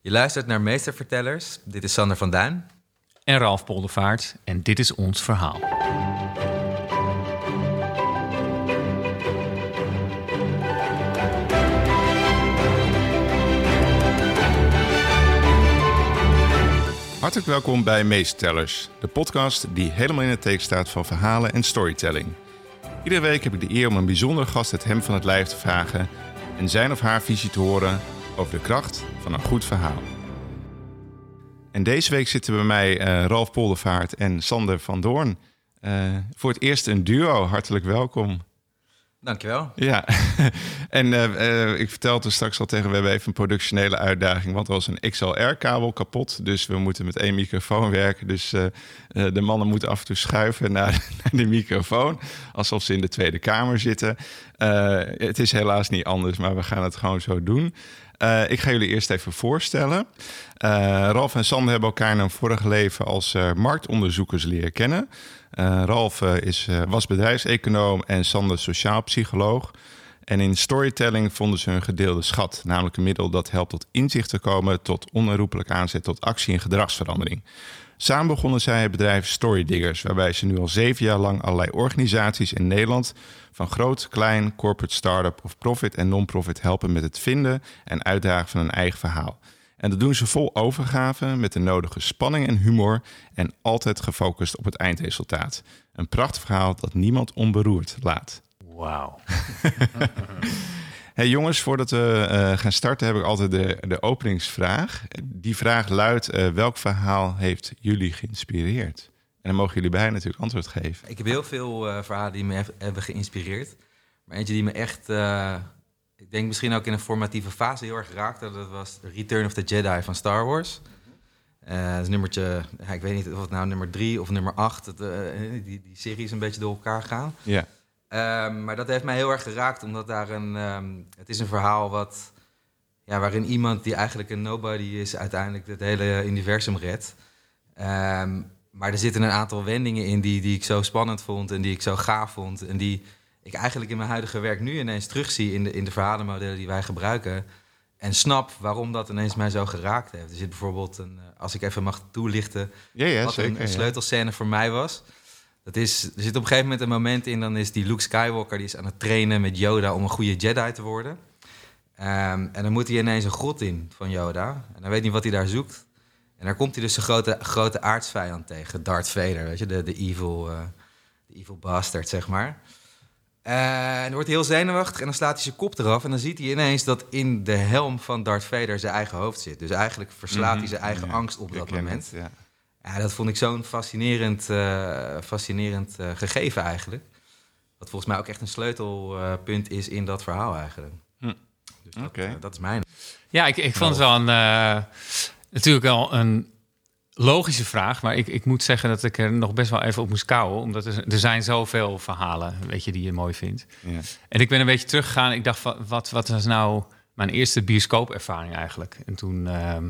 Je luistert naar Meestervertellers. Dit is Sander van Duin. En Ralf Poldervaart. En dit is ons verhaal. Hartelijk welkom bij Meestertellers, de podcast die helemaal in het teken staat van verhalen en storytelling. Iedere week heb ik de eer om een bijzondere gast het hem van het lijf te vragen en zijn of haar visie te horen over de kracht van een goed verhaal. En deze week zitten bij mij Ralf Poldervaart en Sander van Doorn. Voor het eerst een duo, hartelijk welkom. Dankjewel. Ja, en ik vertelde straks al tegen, we hebben even een productionele uitdaging, want er was een XLR-kabel kapot, dus we moeten met 1 microfoon werken. Dus de mannen moeten af en toe schuiven naar de microfoon, alsof ze in de Tweede Kamer zitten. Het is helaas niet anders, maar we gaan het gewoon zo doen. Ik ga jullie eerst even voorstellen. Ralf en Sander hebben elkaar in een vorig leven als marktonderzoekers leren kennen. Ralf was bedrijfseconoom en Sander sociaal psycholoog. En in storytelling vonden ze hun gedeelde schat. Namelijk een middel dat helpt tot inzicht te komen, tot onherroepelijk aanzet, tot actie en gedragsverandering. Samen begonnen zij het bedrijf Storydiggers, waarbij ze nu al 7 jaar lang allerlei organisaties in Nederland, van groot, klein, corporate, start-up of profit en non-profit, helpen met het vinden en uitdragen van een eigen verhaal. En dat doen ze vol overgave, met de nodige spanning en humor en altijd gefocust op het eindresultaat. Een prachtig verhaal dat niemand onberoerd laat. Wauw. Hey jongens, voordat we gaan starten heb ik altijd de openingsvraag. Die vraag luidt, welk verhaal heeft jullie geïnspireerd? En dan mogen jullie bij natuurlijk antwoord geven. Ik heb heel veel verhalen die me hebben geïnspireerd. Maar eentje die me echt, ik denk misschien ook in een formatieve fase heel erg raakte. Dat was The Return of the Jedi van Star Wars. Dat is nummertje, ik weet niet of het nou nummer 3 of nummer 8. Die serie is een beetje door elkaar gaan. Ja. Maar dat heeft mij heel erg geraakt, omdat daar het is een verhaal waarin iemand die eigenlijk een nobody is, uiteindelijk het hele universum redt. Maar er zitten een aantal wendingen in die ik zo spannend vond en die ik zo gaaf vond. En die ik eigenlijk in mijn huidige werk nu ineens terugzie in de verhalenmodellen die wij gebruiken. En snap waarom dat ineens mij zo geraakt heeft. Er zit bijvoorbeeld, als ik even mag toelichten, wat zeker, een sleutelscène voor mij was. Er zit op een gegeven moment een moment in, dan is die Luke Skywalker die is aan het trainen met Yoda om een goede Jedi te worden. En dan moet hij ineens een grot in van Yoda. En hij weet niet wat hij daar zoekt. En daar komt hij dus een grote aardsvijand tegen, Darth Vader, weet je, de evil bastard, zeg maar. En dan wordt hij heel zenuwachtig en dan slaat hij zijn kop eraf. En dan ziet hij ineens dat in de helm van Darth Vader zijn eigen hoofd zit. Dus eigenlijk verslaat hij zijn eigen angst op dat moment. Het, ja, dat vond ik zo'n fascinerend gegeven eigenlijk. Wat volgens mij ook echt een sleutelpunt is in dat verhaal eigenlijk. Dus dat is mijn. Ja, ik vond het wel natuurlijk wel een logische vraag, maar ik moet zeggen dat ik er nog best wel even op moest kauwen, omdat er zijn zoveel verhalen, weet je, die je mooi vindt. Ja. En ik ben een beetje teruggegaan. Ik dacht, wat was nou mijn eerste bioscoopervaring eigenlijk? En toen,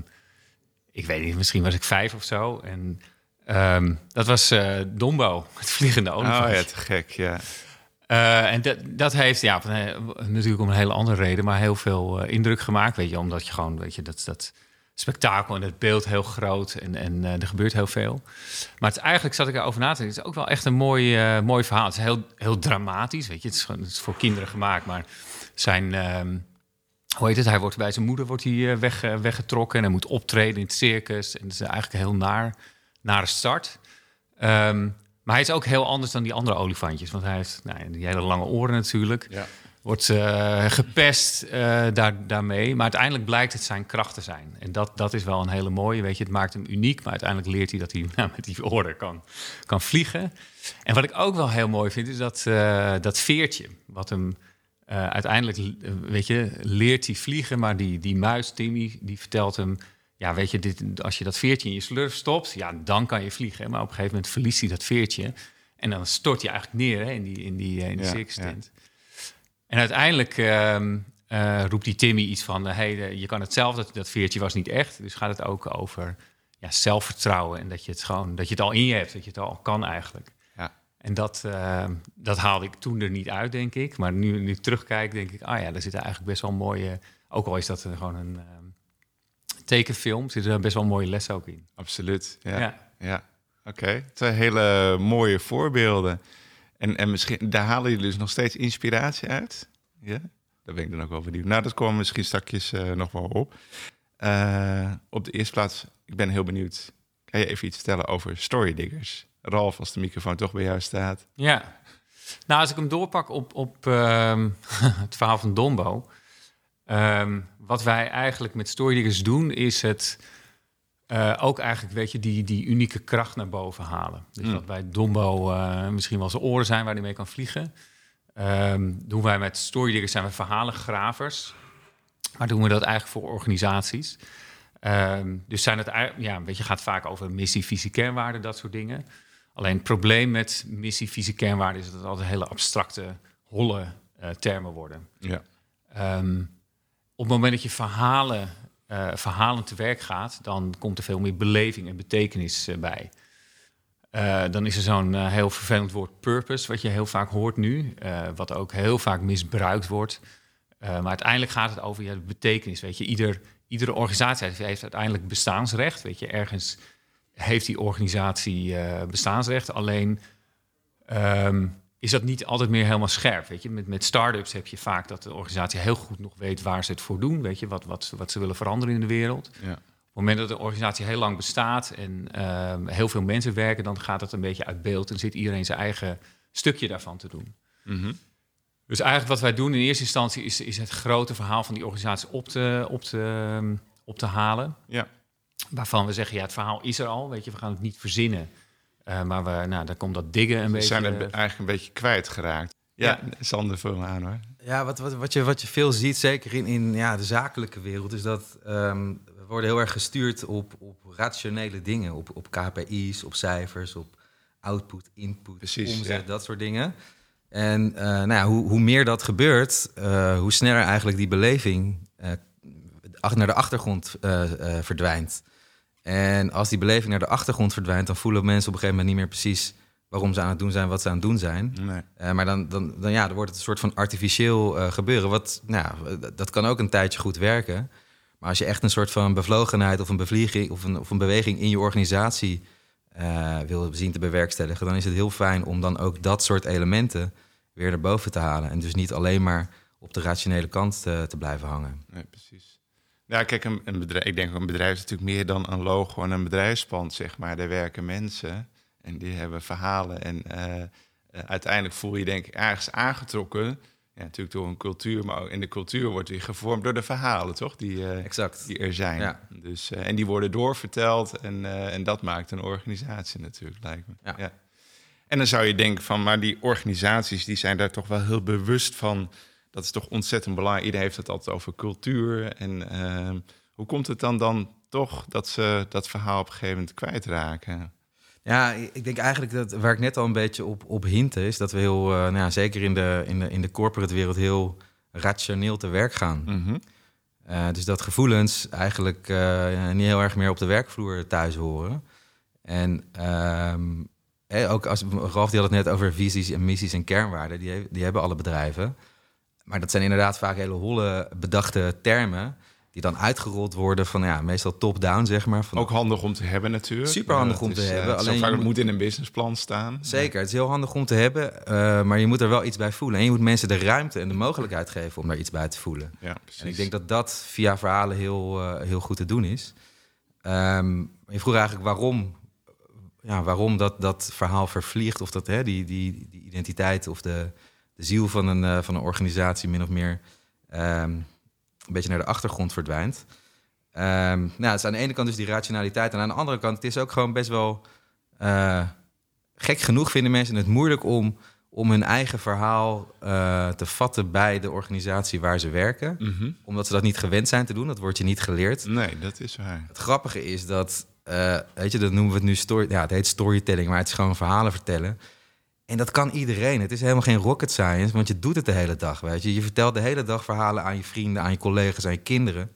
ik weet niet, misschien was ik 5 of zo. En dat was Dumbo, het vliegende olifant. Oh ja, te gek, ja. En dat heeft, natuurlijk om een hele andere reden, maar heel veel indruk gemaakt, weet je, omdat je gewoon, weet je, dat spektakel en het beeld heel groot en er gebeurt heel veel. Maar eigenlijk zat ik erover na te denken. Het is ook wel echt een mooi verhaal. Het is heel, heel dramatisch, weet je. Het is voor kinderen gemaakt, maar zijn, hoe heet het? Hij wordt bij zijn moeder weggetrokken en hij moet optreden in het circus. En het is eigenlijk een heel nare start. Maar hij is ook heel anders dan die andere olifantjes, want hij heeft die hele lange oren natuurlijk. Ja. Wordt gepest daarmee. Maar uiteindelijk blijkt het zijn kracht te zijn. En dat is wel een hele mooie. Weet je, het maakt hem uniek. Maar uiteindelijk leert hij dat hij met die oren kan vliegen. En wat ik ook wel heel mooi vind, is dat veertje. Wat hem uiteindelijk, weet je, leert hij vliegen. Maar die muis, Timmy, die vertelt hem, ja, weet je, als je dat veertje in je slurf stopt, ja, dan kan je vliegen. Maar op een gegeven moment verliest hij dat veertje. En dan stort hij eigenlijk neer, hè, in die circus tent. En uiteindelijk roept die Timmy iets van, je kan het zelf, dat veertje was niet echt. Dus gaat het ook over zelfvertrouwen en dat je het al in je hebt, dat je het al kan eigenlijk. Ja. En dat haalde ik toen er niet uit, denk ik. Maar nu ik terugkijk, denk ik, daar zit eigenlijk best wel een mooie, ook al is dat gewoon een tekenfilm zitten er best wel mooie lessen ook in. Absoluut, ja. Oké, 2 hele mooie voorbeelden. En misschien, daar halen jullie dus nog steeds inspiratie uit? Ja, daar ben ik dan ook wel benieuwd. Nou, dat komen we misschien straks nog wel op. Op de eerste plaats, ik ben heel benieuwd. Kan je even iets vertellen over Storydiggers? Ralf, als de microfoon toch bij jou staat. Ja, nou, als ik hem doorpak op het verhaal van Dombo. Wat wij eigenlijk met Storydiggers doen, is het ook eigenlijk, weet je, die unieke kracht naar boven halen. Dus wat bij Dombo misschien wel zijn oren zijn waar hij mee kan vliegen. Doen wij met Storydiggers, zijn we verhalengravers. Maar doen we dat eigenlijk voor organisaties. Dus zijn het, weet je, gaat vaak over missie, visie, kernwaarden, dat soort dingen. Alleen het probleem met missie, visie, kernwaarden is dat het altijd hele abstracte, holle termen worden. Ja. Op het moment dat je verhalen te werk gaat, dan komt er veel meer beleving en betekenis bij. Dan is er zo'n heel vervelend woord purpose, wat je heel vaak hoort nu, wat ook heel vaak misbruikt wordt. Maar uiteindelijk gaat het over de betekenis. Weet je, iedere organisatie heeft uiteindelijk bestaansrecht. Weet je, ergens heeft die organisatie bestaansrecht. Alleen is dat niet altijd meer helemaal scherp. Weet je, met start-ups heb je vaak dat de organisatie heel goed nog weet waar ze het voor doen. Weet je, wat ze willen veranderen in de wereld. Ja. Op het moment dat de organisatie heel lang bestaat en heel veel mensen werken, dan gaat het een beetje uit beeld en zit iedereen zijn eigen stukje daarvan te doen. Mm-hmm. Dus eigenlijk wat wij doen in eerste instantie is het grote verhaal van die organisatie op te halen. Ja. Waarvan we zeggen, het verhaal is er al. Weet je, we gaan het niet verzinnen. Maar daar komt dat diggen een beetje. We zijn er eigenlijk een beetje kwijtgeraakt. Ja, Sander, vul me aan hoor. Ja, wat je veel ziet, zeker in de zakelijke wereld, is dat we worden heel erg gestuurd op rationele dingen. Op KPI's, op cijfers, op output, input, precies, omzet, dat soort dingen. En hoe meer dat gebeurt, hoe sneller eigenlijk die beleving naar de achtergrond verdwijnt. En als die beleving naar de achtergrond verdwijnt, dan voelen mensen op een gegeven moment niet meer precies waarom ze aan het doen zijn, wat ze aan het doen zijn. Nee. Maar dan wordt het een soort van artificieel gebeuren. Dat kan ook een tijdje goed werken. Maar als je echt een soort van bevlogenheid of een bevlieging of een beweging in je organisatie wil zien te bewerkstelligen, dan is het heel fijn om dan ook dat soort elementen weer naar boven te halen. En dus niet alleen maar op de rationele kant te blijven hangen. Nee, precies. Ja, kijk, een bedrijf, ik denk een bedrijf is natuurlijk meer dan een logo en een bedrijfspand, zeg maar. Daar werken mensen en die hebben verhalen. En uiteindelijk voel je denk ik ergens aangetrokken. Ja, natuurlijk door een cultuur, maar ook in de cultuur wordt die gevormd door de verhalen, toch? Die er zijn. Ja. Dus, en die worden doorverteld en dat maakt een organisatie natuurlijk, lijkt me. Ja. Ja. En dan zou je denken van, maar die organisaties die zijn daar toch wel heel bewust van. Dat is toch ontzettend belangrijk. Iedereen heeft het altijd over cultuur. En hoe komt het dan toch dat ze dat verhaal op een gegeven moment kwijtraken? Ja, ik denk eigenlijk dat waar ik net al een beetje op hintte, is dat we heel, zeker in de corporate wereld, heel rationeel te werk gaan. Mm-hmm. Dus dat gevoelens eigenlijk niet heel erg meer op de werkvloer thuis horen. En ook als Ralf die had het net over visies en missies en kernwaarden, die hebben alle bedrijven. Maar dat zijn inderdaad vaak hele holle bedachte termen die dan uitgerold worden van meestal top-down, zeg maar. Ook handig om te hebben natuurlijk. Super handig om te hebben. Alleen het moet in een businessplan staan. Zeker, het is heel handig om te hebben, maar je moet er wel iets bij voelen. En je moet mensen de ruimte en de mogelijkheid geven om daar iets bij te voelen. Ja, precies. En ik denk dat dat via verhalen heel goed te doen is. Je vroeg eigenlijk waarom dat verhaal vervliegt, of dat die identiteit of de ziel van een organisatie min of meer een beetje naar de achtergrond verdwijnt. Het is aan de ene kant dus die rationaliteit. En aan de andere kant, het is ook gewoon best wel gek genoeg vinden mensen het moeilijk om hun eigen verhaal te vatten bij de organisatie waar ze werken. Mm-hmm. Omdat ze dat niet gewend zijn te doen. Dat wordt je niet geleerd. Nee, dat is waar. Het grappige is dat, dat noemen we het nu het heet storytelling, maar het is gewoon verhalen vertellen. En dat kan iedereen. Het is helemaal geen rocket science, want je doet het de hele dag. Weet je vertelt de hele dag verhalen aan je vrienden, aan je collega's, aan je kinderen.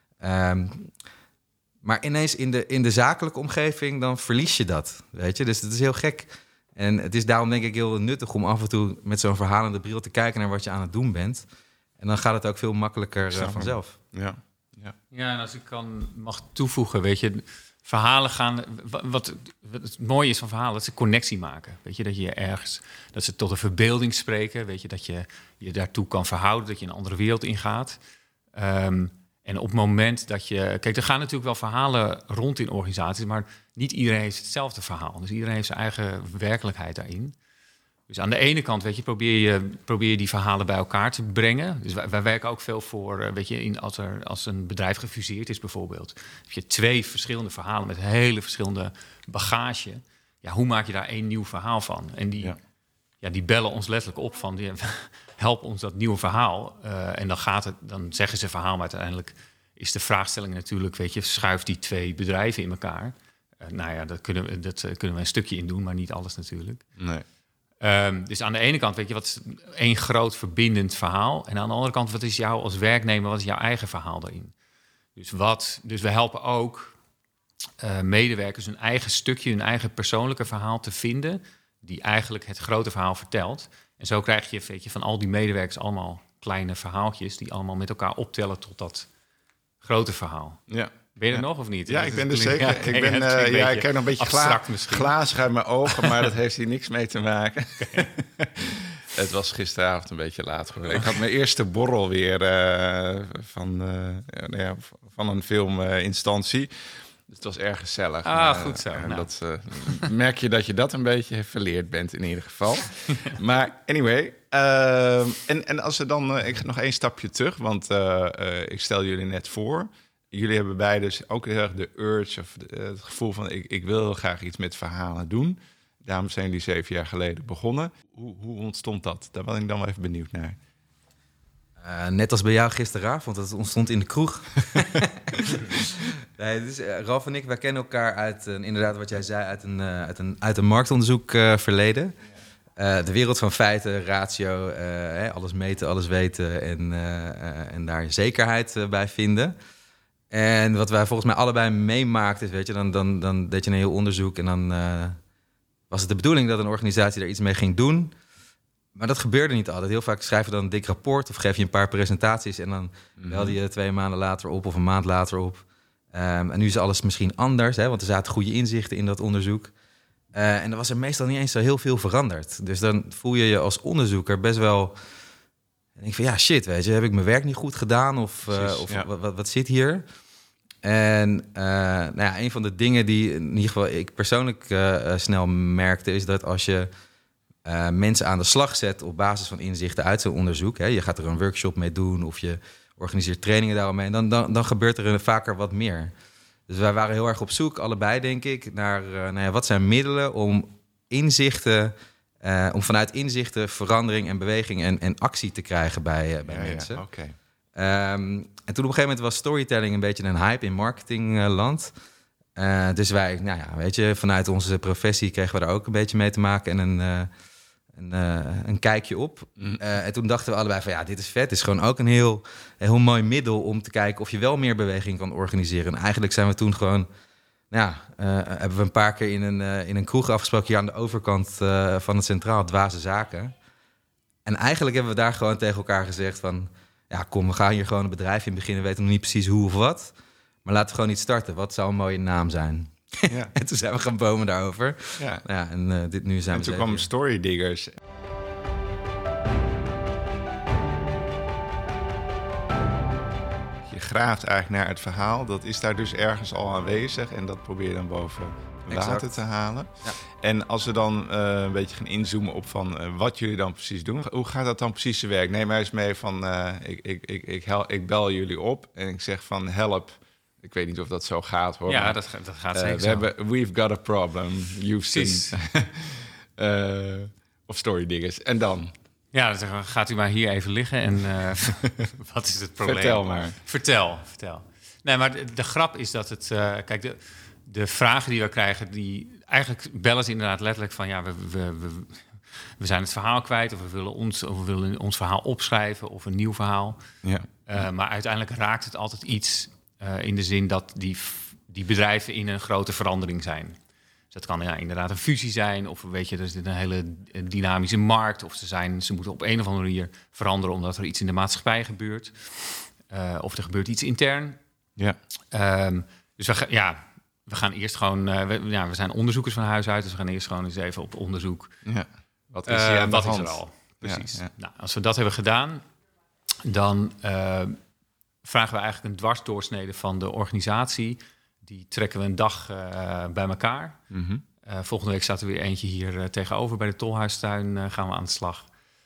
Maar ineens in de zakelijke omgeving, dan verlies je dat. Weet je? Dus het is heel gek. En het is daarom denk ik heel nuttig om af en toe met zo'n verhalende bril te kijken naar wat je aan het doen bent. En dan gaat het ook veel makkelijker vanzelf. Ja. Ja, en als ik mag toevoegen, weet je, verhalen gaan. Wat het mooie is van verhalen, dat ze connectie maken. Weet je, dat je ergens, dat ze tot een verbeelding spreken. Weet je, dat je je daartoe kan verhouden, dat je een andere wereld ingaat. En op het moment dat je... Kijk, er gaan natuurlijk wel verhalen rond in organisaties, maar niet iedereen heeft hetzelfde verhaal. Dus iedereen heeft zijn eigen werkelijkheid daarin. Dus aan de ene kant, weet je, probeer je die verhalen bij elkaar te brengen. Dus wij werken ook veel voor, weet je, als een bedrijf gefuseerd is bijvoorbeeld. Heb je 2 verschillende verhalen met hele verschillende bagage. Ja, hoe maak je daar 1 nieuw verhaal van? En die bellen ons letterlijk op van, help ons dat nieuwe verhaal. En dan zeggen ze verhaal, maar uiteindelijk is de vraagstelling natuurlijk, weet je, schuif die 2 bedrijven in elkaar. Dat kunnen we een stukje in doen, maar niet alles natuurlijk. Nee. Dus aan de ene kant, weet je, wat is 1 groot verbindend verhaal. En aan de andere kant, wat is jou als werknemer, wat is jouw eigen verhaal daarin? Dus we helpen ook medewerkers hun eigen stukje, hun eigen persoonlijke verhaal te vinden, die eigenlijk het grote verhaal vertelt. En zo krijg je, weet je, van al die medewerkers allemaal kleine verhaaltjes die allemaal met elkaar optellen tot dat grote verhaal. Ja. Ben je er nog of niet? Ja, ik ben er zeker. Ik krijg nog een beetje glazig uit mijn ogen, maar dat heeft hier niks mee te maken. Okay. Het was gisteravond een beetje laat geworden. Ik had mijn eerste borrel weer van een filminstantie. Dus het was erg gezellig. Goed zo. Dat merk je dat je dat een beetje verleerd bent in ieder geval. Maar anyway. En als we dan... ik ga nog 1 stapje terug, want ik stel jullie net voor. Jullie hebben beide dus ook heel erg de urge of het gevoel van ik wil heel graag iets met verhalen doen. Daarom zijn jullie 7 jaar geleden begonnen. Hoe ontstond dat? Daar ben ik dan wel even benieuwd naar. Net als bij jou gisteravond, dat ontstond in de kroeg. Dus Ralf en ik, wij kennen elkaar uit, inderdaad wat jij zei, uit een marktonderzoek verleden. De wereld van feiten, ratio, alles meten, alles weten en daar zekerheid bij vinden. En wat wij volgens mij allebei meemaakten, weet je, dan deed je een heel onderzoek en dan was het de bedoeling dat een organisatie daar iets mee ging doen. Maar dat gebeurde niet altijd. Heel vaak schrijf je dan een dik rapport of geef je een paar presentaties en dan belde je 2 maanden later op of een maand later op. En nu is alles misschien anders, want er zaten goede inzichten in dat onderzoek. En dan was er meestal niet eens zo heel veel veranderd. Dus dan voel je je als onderzoeker best wel... En ik van, ja, shit, weet je, heb ik mijn werk niet goed gedaan? Of wat zit hier? En een van de dingen die in ieder geval ik persoonlijk snel merkte... is dat als je mensen aan de slag zet op basis van inzichten uit zo'n onderzoek... je gaat er een workshop mee doen of je organiseert trainingen daaromheen... dan gebeurt er vaker wat meer. Dus wij waren heel erg op zoek, allebei denk ik, naar wat zijn middelen om inzichten... om vanuit inzichten verandering en beweging en actie te krijgen bij mensen. Ja, okay. En toen op een gegeven moment was storytelling een beetje een hype in marketingland. Dus wij, weet je, vanuit onze professie kregen we daar ook een beetje mee te maken en een kijkje op. En toen dachten we allebei van dit is vet. Het is gewoon ook een heel mooi middel om te kijken of je wel meer beweging kan organiseren. En eigenlijk zijn we toen gewoon... hebben we een paar keer in een kroeg afgesproken... hier aan de overkant van het Centraal, Dwaze Zaken. En eigenlijk hebben we daar gewoon tegen elkaar gezegd van... kom, we gaan hier gewoon een bedrijf in beginnen... we weten nog niet precies hoe of wat... maar laten we gewoon iets starten. Wat zou een mooie naam zijn? Ja. En toen zijn we gaan bomen daarover. Ja. Nu zijn en toen kwam Storydiggers... Je graaft eigenlijk naar het verhaal. Dat is daar dus ergens al aanwezig. En dat probeer je dan boven water te halen. Ja. En als we dan een beetje gaan inzoomen op van wat jullie dan precies doen. Hoe gaat dat dan precies te werk? Neem mij eens mee van ik bel jullie op en ik zeg van help. Ik weet niet of dat zo gaat hoor. Ja, dat gaat zeker we've got a problem. You've seen. Of Storydiggers. En dan? Ja, dan gaat u maar hier even liggen en wat is het probleem? Vertel maar. Vertel. Nee, maar de grap is dat het... kijk, de vragen die we krijgen, die eigenlijk bellen ze inderdaad letterlijk van... we zijn het verhaal kwijt of we willen ons verhaal opschrijven of een nieuw verhaal. Ja. Maar uiteindelijk raakt het altijd iets in de zin dat die bedrijven in een grote verandering zijn. Dus dat kan inderdaad een fusie zijn of weet je, er is een hele dynamische markt... of ze moeten op een of andere manier veranderen omdat er iets in de maatschappij gebeurt. Of er gebeurt iets intern. Ja. Dus we gaan eerst gewoon... we zijn onderzoekers van huis uit, dus we gaan eerst gewoon eens even op onderzoek. Ja. Wat is hier aan de wat hand? is er al? Precies. Ja. Nou, als we dat hebben gedaan, dan vragen we eigenlijk een dwarsdoorsnede van de organisatie. Die trekken we een dag bij elkaar. Mm-hmm. Volgende week staat er weer eentje hier tegenover bij de Tolhuistuin. Gaan we aan de slag.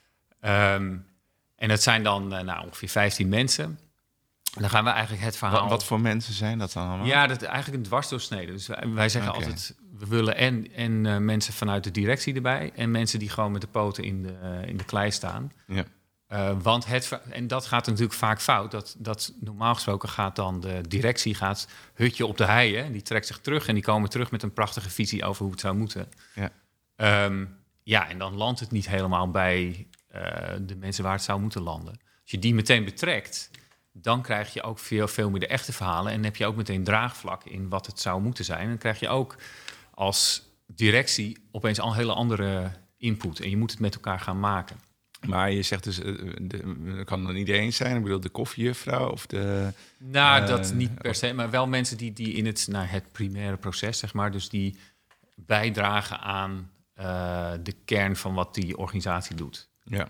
En dat zijn dan ongeveer 15 mensen. En dan gaan we eigenlijk het verhaal... Wat voor mensen zijn dat dan allemaal? Ja, dat is eigenlijk een dwarsdoorsnede. Dus wij zeggen altijd, we willen en mensen vanuit de directie erbij... en mensen die gewoon met de poten in de klei staan. Ja. Want en dat gaat natuurlijk vaak fout. Dat normaal gesproken gaat dan de directie hutje op de hei. Hè? Die trekt zich terug en die komen terug met een prachtige visie over hoe het zou moeten. Ja. En dan landt het niet helemaal bij de mensen waar het zou moeten landen. Als je die meteen betrekt, dan krijg je ook veel meer de echte verhalen. En heb je ook meteen draagvlak in wat het zou moeten zijn. En dan krijg je ook als directie opeens al een hele andere input. En je moet het met elkaar gaan maken. Maar je zegt dus, dat kan dan iedereen zijn? Ik bedoel, de koffiejuffrouw of de... Nou, dat niet per se, maar wel mensen die in het primaire proces, zeg maar... dus die bijdragen aan de kern van wat die organisatie doet. Ja.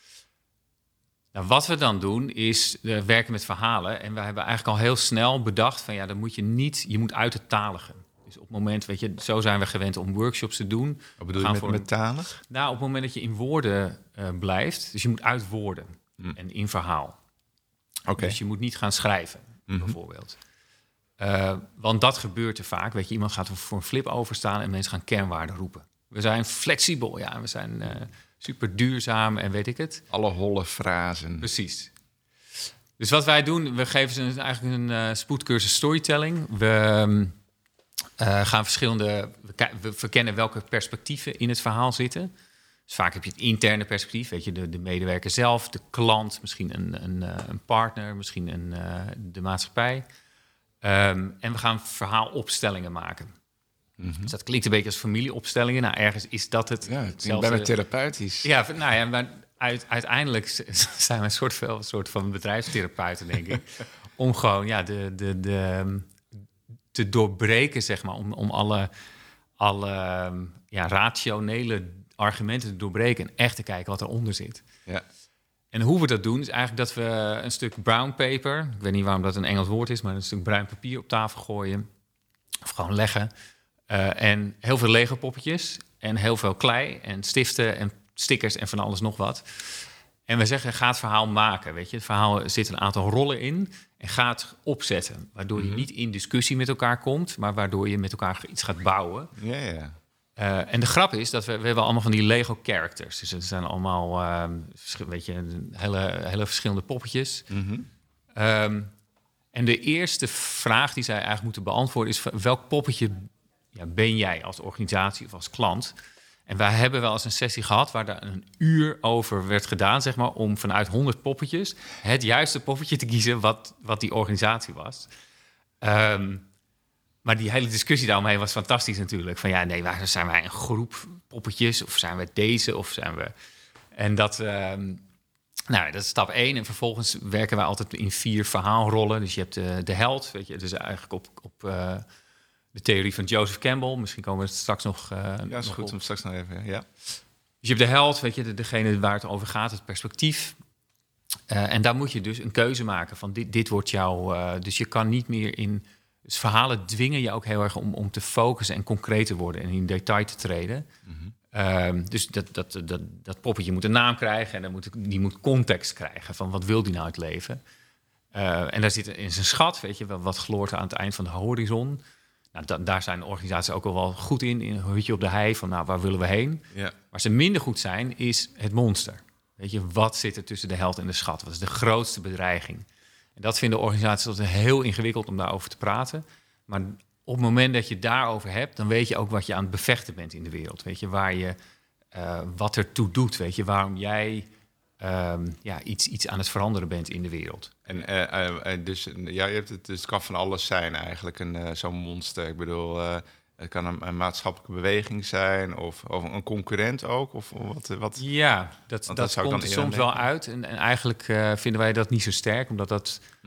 Nou, wat we dan doen, is werken met verhalen. En we hebben eigenlijk al heel snel bedacht van... dan moet je moet uit het talige. Dus op het moment, zo zijn we gewend om workshops te doen. Wat bedoel je met talig? Nou, op het moment dat je in woorden blijft... dus je moet uit woorden en in verhaal. Okay. Dus je moet niet gaan schrijven, bijvoorbeeld. Want dat gebeurt er vaak. Iemand gaat voor een flip overstaan en mensen gaan kernwaarden roepen. We zijn flexibel, we zijn super duurzaam en weet ik het. Alle holle frasen. Precies. Dus wat wij doen, we geven ze eigenlijk een spoedcursus storytelling. We gaan we verkennen welke perspectieven in het verhaal zitten. Dus vaak heb je het interne perspectief, de medewerker zelf, de klant, misschien een partner, misschien de maatschappij. En we gaan verhaalopstellingen maken. Mm-hmm. Dus dat klinkt een beetje als familieopstellingen. Nou, ergens is dat het. Ja, ik ben therapeutisch. Ja, maar uiteindelijk zijn we een soort van bedrijfstherapeuten, denk ik. Om gewoon te doorbreken, zeg maar, om alle rationele argumenten te doorbreken en echt te kijken wat eronder zit. Ja. En hoe we dat doen, is eigenlijk dat we een stuk brown paper... ik weet niet waarom dat een Engels woord is... maar een stuk bruin papier op tafel gooien. Of gewoon leggen. En heel veel Lego-poppetjes. En heel veel klei en stiften en stickers en van alles nog wat. En we zeggen, ga het verhaal maken. Het verhaal zit een aantal rollen in... en ga het opzetten. Waardoor je niet in discussie met elkaar komt... maar waardoor je met elkaar iets gaat bouwen. Ja. En de grap is dat we hebben allemaal van die Lego characters. Dus het zijn allemaal hele verschillende poppetjes. Mm-hmm. En de eerste vraag die zij eigenlijk moeten beantwoorden is... welk poppetje ben jij als organisatie of als klant? En wij hebben wel eens een sessie gehad... waar daar een uur over werd gedaan... zeg maar, om vanuit 100 poppetjes... het juiste poppetje te kiezen wat die organisatie was. Maar die hele discussie daaromheen was fantastisch natuurlijk. Van zijn wij een groep poppetjes? Of zijn we deze? Of zijn we... En dat is stap 1. En vervolgens werken wij altijd in 4 verhaalrollen. Dus je hebt de held, dus eigenlijk op de theorie van Joseph Campbell. Misschien komen we straks nog is goed op. Om straks nog even, ja. Dus je hebt de held, degene waar het over gaat, het perspectief. En daar moet je dus een keuze maken van dit wordt jouw... dus je kan niet meer in... Dus verhalen dwingen je ook heel erg om te focussen en concreet te worden en in detail te treden. Mm-hmm. Dus dat poppetje moet een naam krijgen en die moet context krijgen van wat wil die nou uit het leven. En daar zit in zijn schat, wat gloort aan het eind van de horizon. Nou, daar zijn organisaties ook al wel goed in een hutje op de hei van waar willen we heen. Ja. Waar ze minder goed zijn is het monster. Wat zit er tussen de held en de schat? Wat is de grootste bedreiging? En dat vinden organisaties altijd heel ingewikkeld om daarover te praten. Maar op het moment dat je het daarover hebt... dan weet je ook wat je aan het bevechten bent in de wereld. Waar je wat er toe doet. Waarom jij iets aan het veranderen bent in de wereld. En dus je hebt het kan van alles zijn eigenlijk, zo'n monster. Ik bedoel, het kan een maatschappelijke beweging zijn... of een concurrent ook? Of wat? Ja, dat komt er soms wel uit. En eigenlijk vinden wij dat niet zo sterk, omdat dat... Nee.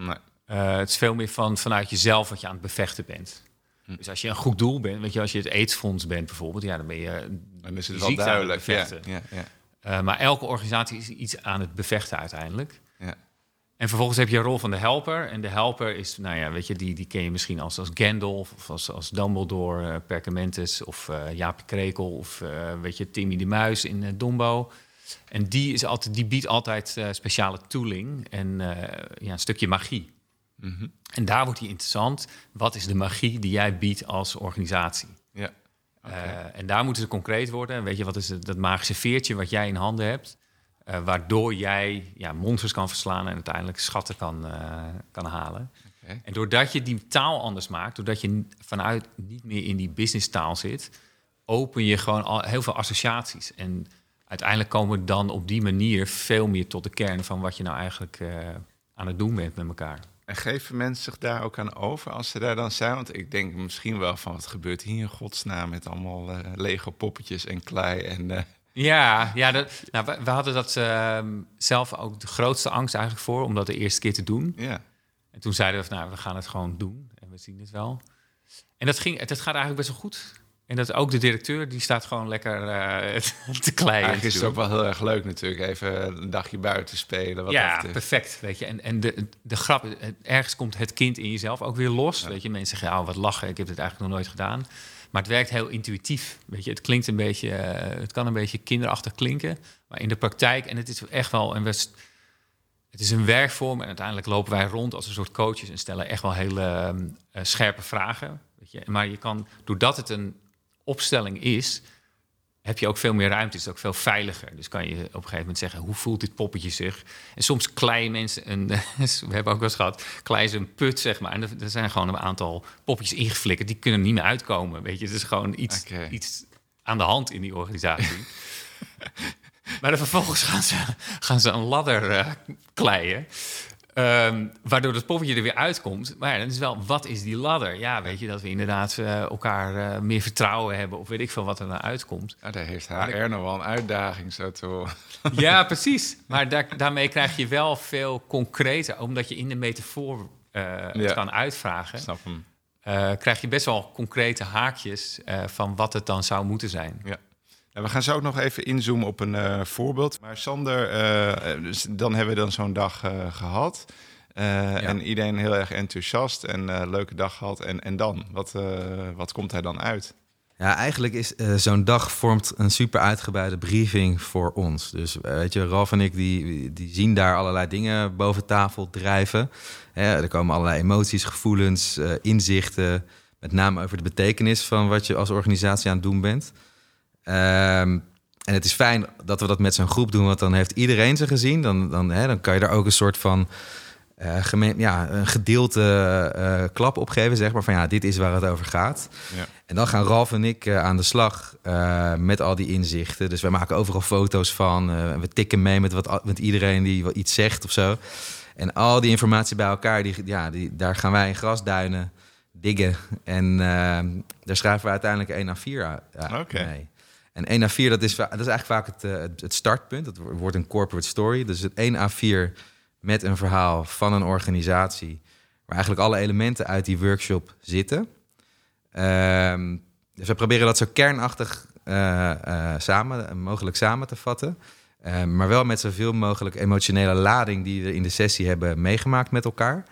Het is veel meer vanuit jezelf wat je aan het bevechten bent. Dus als je een goed doel bent, weet je, als je het AIDS-fonds bent bijvoorbeeld, ja, dan ben je. Dan is het wel duidelijk. Maar elke organisatie is iets aan het bevechten uiteindelijk. Ja. En vervolgens heb je een rol van de helper. En de helper is, nou ja, weet je, die ken je misschien als Gandalf of als Dumbledore, Perkamentus of Jaapie Krekel of weet je, Timmy de Muis in Dombo. En die biedt altijd speciale tooling en een stukje magie. Mm-hmm. En daar wordt die interessant. Wat is de magie die jij biedt als organisatie? Ja. Okay. En daar moeten ze concreet worden. Weet je, wat is dat magische veertje wat jij in handen hebt? Waardoor jij monsters kan verslaan en uiteindelijk schatten kan halen. Okay. En doordat je die taal anders maakt, doordat je vanuit niet meer in die business taal zit, open je gewoon al heel veel associaties. En uiteindelijk komen we dan op die manier veel meer tot de kern van wat je nou eigenlijk aan het doen bent met elkaar. En geven mensen zich daar ook aan over als ze daar dan zijn? Want ik denk misschien wel van, wat gebeurt hier in godsnaam met allemaal Lego poppetjes en klei en... We hadden dat zelf ook de grootste angst eigenlijk voor, om dat de eerste keer te doen. Ja. En toen zeiden we van, we gaan het gewoon doen en we zien het wel. En dat gaat eigenlijk best wel goed. En dat ook de directeur, die staat gewoon lekker te kleien. Eigenlijk is het ook wel heel erg leuk natuurlijk, even een dagje buiten spelen. Perfect, weet je. En de grap, ergens komt het kind in jezelf ook weer los. Ja. Weet je, mensen zeggen, wat lachen, ik heb dit eigenlijk nog nooit gedaan. Maar het werkt heel intuïtief. Weet je, het klinkt een beetje, het kan een beetje kinderachtig klinken, maar in de praktijk, en het is echt wel het is een werkvorm en uiteindelijk lopen wij rond als een soort coaches en stellen echt wel hele scherpe vragen. Weet je. Maar je kan, doordat het een opstelling is, heb je ook veel meer ruimte. Is het ook veel veiliger. Dus kan je op een gegeven moment zeggen, hoe voelt dit poppetje zich? En soms kleien mensen, we hebben ook wel eens gehad, kleien ze een put, zeg maar. En er zijn gewoon een aantal poppetjes ingeflikkerd, die kunnen er niet meer uitkomen. Weet je, het is gewoon iets aan de hand in die organisatie. Maar dan vervolgens gaan ze een ladder kleien. Waardoor het poppetje er weer uitkomt. Maar dan is wel, wat is die ladder? Ja, weet je, dat we inderdaad elkaar meer vertrouwen hebben, of weet ik veel wat er naar uitkomt. Ja, daar heeft HR nog wel een uitdaging, zo te horen. Ja, precies. Maar daarmee krijg je wel veel concreter, omdat je in de metafoor kan uitvragen. Snap hem. Krijg je best wel concrete haakjes van wat het dan zou moeten zijn. Ja. En we gaan zo ook nog even inzoomen op een voorbeeld. Maar Sander, dus dan hebben we zo'n dag gehad. En iedereen heel erg enthousiast en leuke dag gehad. En dan? Wat komt er dan uit? Ja, eigenlijk is zo'n dag vormt een super uitgebreide briefing voor ons. Dus weet je, Ralf en ik die zien daar allerlei dingen boven tafel drijven. Er komen allerlei emoties, gevoelens, inzichten. Met name over de betekenis van wat je als organisatie aan het doen bent. En het is fijn dat we dat met zo'n groep doen, want dan heeft iedereen ze gezien. Dan kan je daar ook een soort van een gedeelte klap op geven, zeg maar. Van dit is waar het over gaat. Ja. En dan gaan Ralf en ik aan de slag met al die inzichten. Dus wij maken overal foto's van. We tikken mee met iedereen die wel iets zegt of zo. En al die informatie bij elkaar, daar gaan wij in grasduinen diggen. En daar schrijven we uiteindelijk 1 A4 mee. En 1 A4, dat is eigenlijk vaak het startpunt. Dat wordt een corporate story. Dus het 1 A4 met een verhaal van een organisatie, waar eigenlijk alle elementen uit die workshop zitten. Dus we proberen dat zo kernachtig mogelijk samen te vatten. Maar wel met zoveel mogelijk emotionele lading die we in de sessie hebben meegemaakt met elkaar.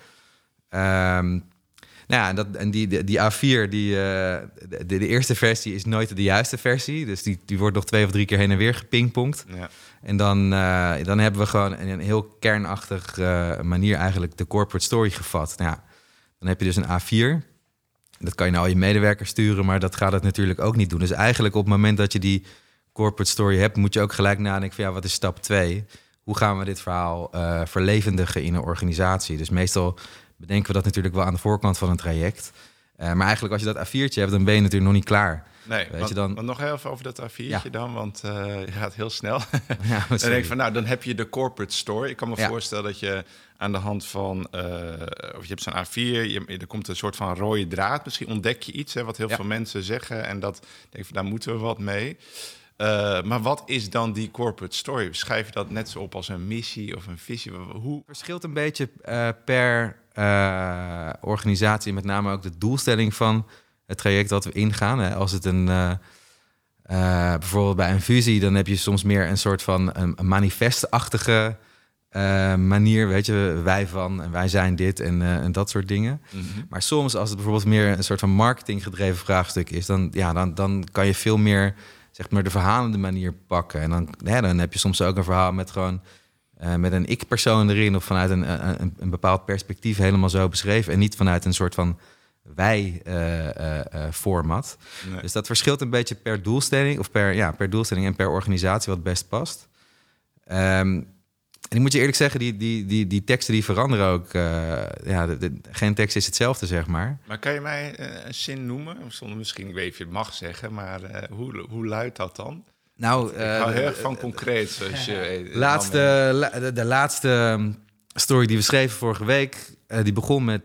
Die A4, de eerste versie is nooit de juiste versie. Dus die wordt nog 2 of 3 keer heen en weer gepingpongd. Ja. En dan hebben we gewoon in een heel kernachtig manier eigenlijk de corporate story gevat. Dan heb je dus een A4. Dat kan je naar al je medewerkers sturen, maar dat gaat het natuurlijk ook niet doen. Dus eigenlijk op het moment dat je die corporate story hebt, moet je ook gelijk nadenken van wat is stap 2? Hoe gaan we dit verhaal verlevendigen in een organisatie? Dus meestal bedenken we dat natuurlijk wel aan de voorkant van een traject. Maar eigenlijk als je dat A4'tje hebt, dan ben je natuurlijk nog niet klaar. Nee, want nog even over dat A4'tje dan, want je gaat heel snel. Ja, dan denk ik van, dan heb je de corporate story. Ik kan me voorstellen dat je aan de hand van, of je hebt zo'n A4, er komt een soort van rode draad. Misschien ontdek je iets, wat heel veel mensen zeggen. En dat denk ik van, daar moeten we wat mee. Maar wat is dan die corporate story? Schrijf je dat net zo op als een missie of een visie? Hoe? Het verschilt een beetje per organisatie, met name ook de doelstelling van het traject dat we ingaan. Hè. Als het bijvoorbeeld bij een fusie, dan heb je soms meer een soort van een manifestachtige manier, weet je, wij van en wij zijn dit en dat soort dingen. Mm-hmm. Maar soms, als het bijvoorbeeld meer een soort van marketinggedreven vraagstuk is, dan kan je veel meer, zeg maar, de verhalende manier pakken. En dan heb je soms ook een verhaal met gewoon met een ik-persoon erin of vanuit een bepaald perspectief helemaal zo beschreven en niet vanuit een soort van wij-format. Nee. Dus dat verschilt een beetje per doelstelling of per doelstelling en per organisatie wat best past. En ik moet je eerlijk zeggen, die teksten die veranderen ook. Geen tekst is hetzelfde, zeg maar. Maar kan je mij een zin noemen? Of zonder misschien, ik weet niet of je het mag zeggen, maar hoe luidt dat dan? Nou, Ik hou heel erg van concreet, zoals je weet. De laatste story die we schreven vorige week, die begon met,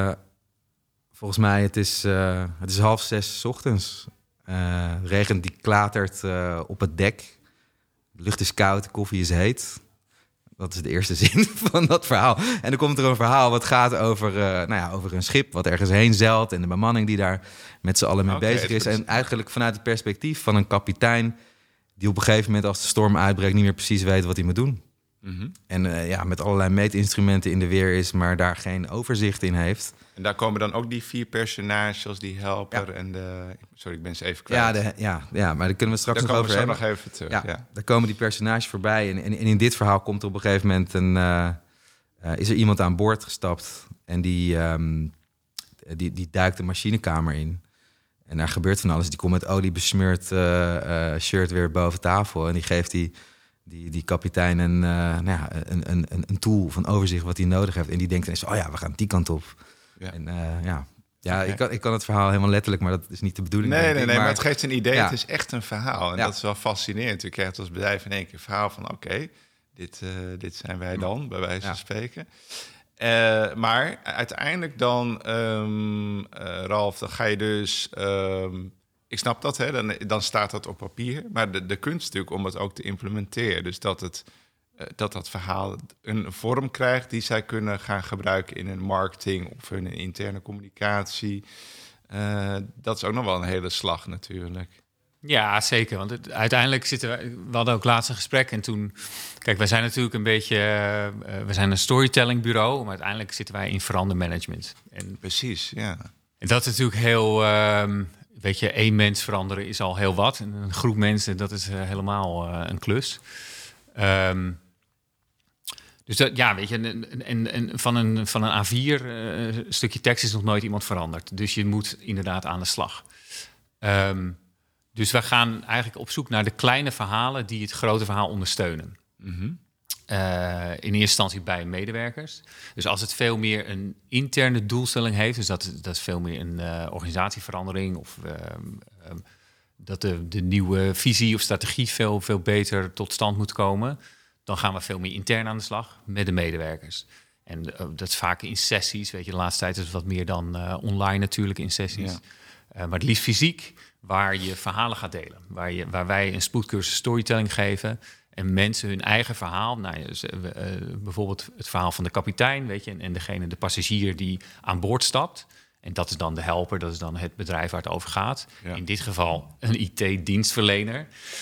volgens mij, het is 5:30 ochtends. Regen die klatert op het dek. De lucht is koud, de koffie is heet. Dat is de eerste zin van dat verhaal. En dan komt er een verhaal wat gaat over een schip wat ergens heen zeilt en de bemanning die daar met z'n allen mee bezig is. En eigenlijk vanuit het perspectief van een kapitein die op een gegeven moment, als de storm uitbreekt, niet meer precies weet wat hij moet doen. Mm-hmm. En met allerlei meetinstrumenten in de weer is, maar daar geen overzicht in heeft. En daar komen dan ook die 4 personages, die helper en de... Sorry, ik ben ze even kwijt. Ja, maar daar kunnen we straks daar nog over komen we hebben. zo nog even terug. Ja. Daar komen die personages voorbij. En in dit verhaal komt er op een gegeven moment is er iemand aan boord gestapt en die duikt de machinekamer in. En daar gebeurt van alles. Die komt met olie besmeurd shirt weer boven tafel en die geeft die kapitein een tool of een overzicht wat hij nodig heeft. En die denkt ineens, we gaan die kant op. Ja. En Okay. ik kan het verhaal helemaal letterlijk, maar dat is niet de bedoeling. Nee, maar het geeft een idee. Ja. Het is echt een verhaal. En dat is wel fascinerend. Je krijgt als bedrijf in één keer een verhaal van... oké, dit zijn wij dan, bij wijze van spreken. Maar uiteindelijk dan, Ralf, dan ga je dus... ik snap dat, hè? Dan staat dat op papier. Maar de kunst natuurlijk om het ook te implementeren. Dus dat verhaal een vorm krijgt die zij kunnen gaan gebruiken in hun marketing of hun interne communicatie. Dat is ook nog wel een hele slag natuurlijk. Ja, zeker. Want uiteindelijk we hadden ook laatst een gesprek en toen... Kijk, wij zijn natuurlijk een beetje... we zijn een storytelling bureau, maar uiteindelijk zitten wij in verandermanagement. Precies, ja. En dat is natuurlijk heel... weet je, 1 mens veranderen is al heel wat. En een groep mensen, dat is helemaal een klus. Dus dat, ja, weet je, en van een A4 stukje tekst is nog nooit iemand veranderd. Dus je moet inderdaad aan de slag. Dus we gaan eigenlijk op zoek naar de kleine verhalen die het grote verhaal ondersteunen. Mm-hmm. In eerste instantie bij medewerkers. Dus als het veel meer een interne doelstelling heeft, dus dat is veel meer een organisatieverandering of dat de nieuwe visie of strategie veel beter tot stand moet komen, dan gaan we veel meer intern aan de slag met de medewerkers. En dat is vaak in sessies, weet je, de laatste tijd is het wat meer dan online natuurlijk in sessies. Ja. Maar het liefst fysiek, waar je verhalen gaat delen. Waar wij een spoedcursus storytelling geven en mensen hun eigen verhaal, bijvoorbeeld het verhaal van de kapitein, weet je, en de passagier die aan boord stapt. En dat is dan de helper, dat is dan het bedrijf waar het over gaat. Ja. In dit geval een IT-dienstverlener.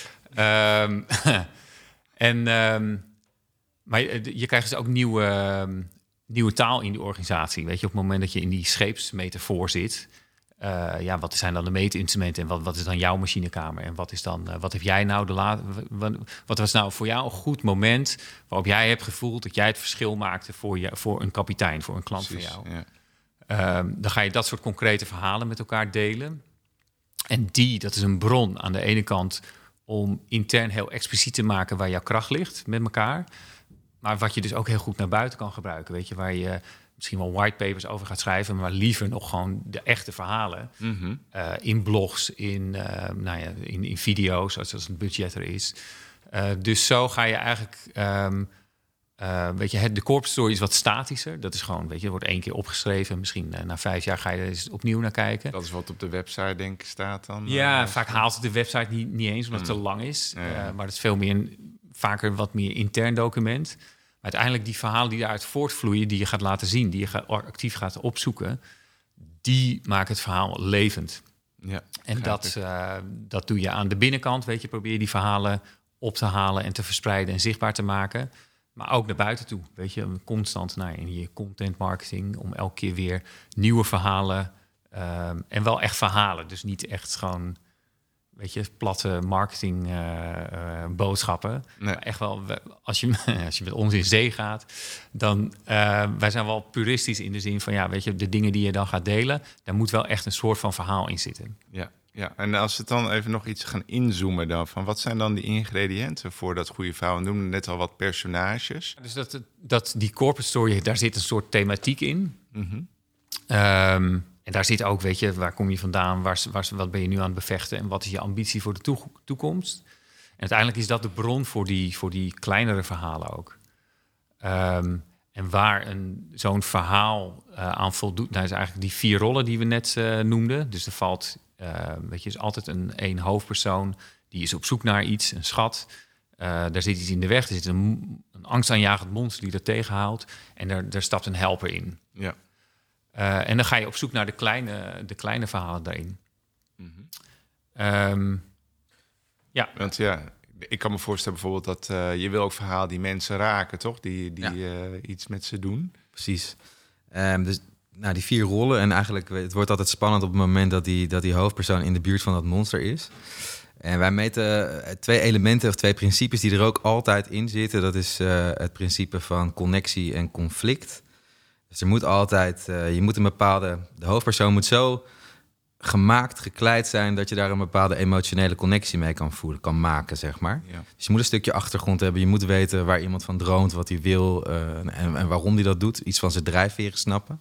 Maar je krijgt dus ook nieuwe taal in die organisatie. Weet je, op het moment dat je in die scheepsmetafoor zit, wat zijn dan de meetinstrumenten en wat is dan jouw machinekamer? En wat heb jij nou wat was nou voor jou een goed moment waarop jij hebt gevoeld dat jij het verschil maakte voor een kapitein, voor een klant. Precies, van jou? Ja. Dan ga je dat soort concrete verhalen met elkaar delen. En dat is een bron aan de ene kant om intern heel expliciet te maken waar jouw kracht ligt met elkaar. Maar wat je dus ook heel goed naar buiten kan gebruiken. Weet je, waar je misschien wel whitepapers over gaat schrijven, maar liever nog gewoon de echte verhalen. Mm-hmm. In blogs, in video's, zoals het budget er is. Dus zo ga je eigenlijk... de corporate story is wat statischer. Dat is gewoon, weet je, er wordt 1 keer opgeschreven. Misschien na 5 jaar ga je er eens opnieuw naar kijken. Dat is wat op de website, denk ik, staat dan. Ja, vaak haalt het de website niet eens, omdat het te lang is. Maar het is vaker wat meer intern document. uiteindelijk die verhalen die daaruit voortvloeien, die je gaat laten zien, die je actief gaat opzoeken, die maken het verhaal levend. Ja, en dat doe je aan de binnenkant, weet je, probeer je die verhalen op te halen en te verspreiden en zichtbaar te maken. Maar ook naar buiten toe, weet je, constant in je content marketing, om elke keer weer nieuwe verhalen, en wel echt verhalen, dus niet echt gewoon, weet je, platte marketing boodschappen. Nee. Maar echt wel, als je met ons in zee gaat, dan wij zijn wel puristisch in de zin van, ja, weet je, de dingen die je dan gaat delen, daar moet wel echt een soort van verhaal in zitten. Ja, en als we het dan even nog iets gaan inzoomen dan, van wat zijn dan die ingrediënten voor dat goede verhaal? We noemden net al wat personages. Dus dat die corporate story, daar zit een soort thematiek in. Mm-hmm. En daar zit ook, weet je, waar kom je vandaan, wat ben je nu aan het bevechten en wat is je ambitie voor de toekomst? En uiteindelijk is dat de bron voor die kleinere verhalen ook. En waar zo'n verhaal aan voldoet, nou is eigenlijk die 4 rollen die we net noemden. Dus er valt, weet je, is altijd een hoofdpersoon die is op zoek naar iets, een schat. Daar zit iets in de weg, er zit een angstaanjagend monster die dat tegenhoudt. En daar stapt een helper in. Ja. En dan ga je op zoek naar de kleine verhalen daarin. Mm-hmm. Ja. Want ja, ik kan me voorstellen bijvoorbeeld dat je wil ook verhalen die mensen raken, toch? Die iets met ze doen. Precies. Dus die 4 rollen. En eigenlijk, het wordt altijd spannend op het moment dat die hoofdpersoon in de buurt van dat monster is. En wij meten 2 elementen of 2 principes die er ook altijd in zitten. Dat is het principe van connectie en conflict. Dus er moet altijd, de hoofdpersoon moet zo gekleid zijn dat je daar een bepaalde emotionele connectie mee kan maken, zeg maar. Ja. Dus je moet een stukje achtergrond hebben. Je moet weten waar iemand van droomt, wat hij wil en waarom hij dat doet. Iets van zijn drijfveren snappen.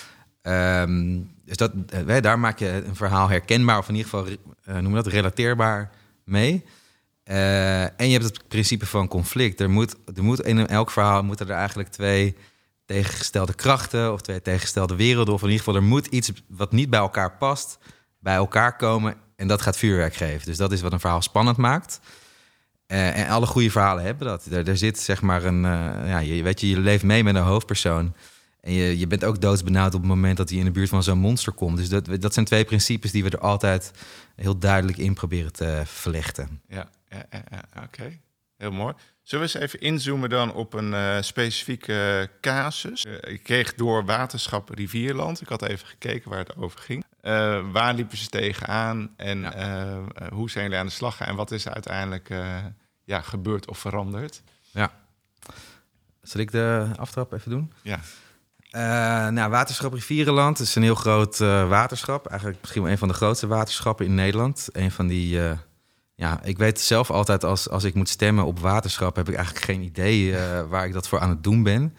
Dus daar maak je een verhaal herkenbaar of in ieder geval relateerbaar mee. En je hebt het principe van conflict. Er moet in elk verhaal moeten er eigenlijk 2 tegengestelde krachten of 2 tegengestelde werelden. Of in ieder geval, er moet iets wat niet bij elkaar past, bij elkaar komen. En dat gaat vuurwerk geven. Dus dat is wat een verhaal spannend maakt. En alle goede verhalen hebben dat. Er zit zeg maar je leeft mee met een hoofdpersoon. En je bent ook doodsbenauwd op het moment dat hij in de buurt van zo'n monster komt. Dus dat zijn 2 principes die we er altijd heel duidelijk in proberen te verlichten. Ja, oké. Heel mooi. Zullen we eens even inzoomen dan op een specifieke casus? Ik kreeg door Waterschap Rivierland. Ik had even gekeken waar het over ging. Waar liepen ze tegenaan en hoe zijn jullie aan de slag gegaan? En wat is er uiteindelijk gebeurd of veranderd? Ja. Zal ik de aftrap even doen? Ja. Waterschap Rivierenland is een heel groot waterschap. Eigenlijk misschien wel een van de grootste waterschappen in Nederland. Een van die... ik weet zelf altijd als ik moet stemmen op waterschap, heb ik eigenlijk geen idee waar ik dat voor aan het doen ben.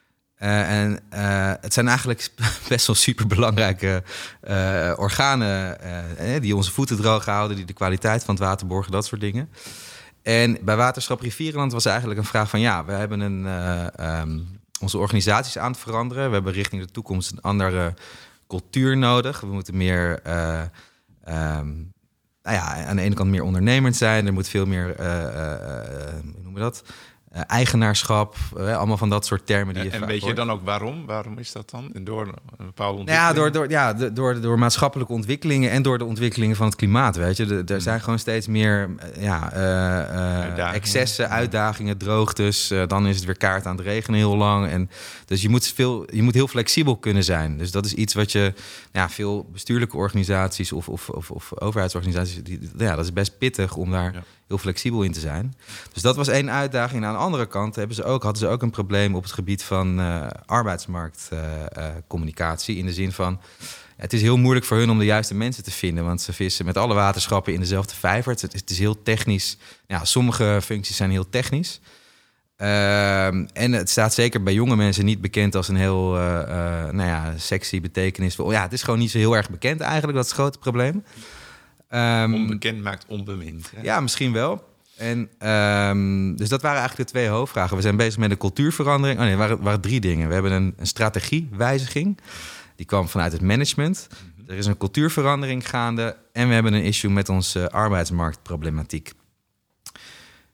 Het zijn eigenlijk best wel superbelangrijke organen die onze voeten droog houden, die de kwaliteit van het water borgen, dat soort dingen. En bij Waterschap Rivierenland was eigenlijk een vraag van we hebben onze organisaties aan het veranderen. We hebben richting de toekomst een andere cultuur nodig. We moeten meer... aan de ene kant meer ondernemend zijn. Er moet veel meer, hoe noemen we dat? Eigenaarschap, allemaal van dat soort termen. Die je en weet je dan ook waarom? Waarom is dat dan? Door een bepaalde ontwikkeling? Door maatschappelijke ontwikkelingen en door de ontwikkelingen van het klimaat. Weet je, er zijn gewoon steeds meer excessen, uitdagingen, droogtes. Dan is het weer kaart aan het regenen heel lang. En dus je moet heel flexibel kunnen zijn. Dus dat is iets wat je veel bestuurlijke organisaties of overheidsorganisaties, dat is best pittig om daar heel flexibel in te zijn. Dus dat was 1 uitdaging. Aan de andere kant hadden ze ook een probleem op het gebied van arbeidsmarktcommunicatie. In de zin van, het is heel moeilijk voor hun om de juiste mensen te vinden. Want ze vissen met alle waterschappen in dezelfde vijver. Het is heel technisch. Sommige functies zijn heel technisch. En het staat zeker bij jonge mensen niet bekend als een heel sexy, betekenisvol. Het is gewoon niet zo heel erg bekend eigenlijk. Dat is het grote probleem. Onbekend maakt onbemind. Hè? Ja, misschien wel. En dus dat waren eigenlijk de 2 hoofdvragen. We zijn bezig met een cultuurverandering. Er waren 3 dingen. We hebben een strategiewijziging. Die kwam vanuit het management. Mm-hmm. Er is een cultuurverandering gaande. En we hebben een issue met onze arbeidsmarktproblematiek.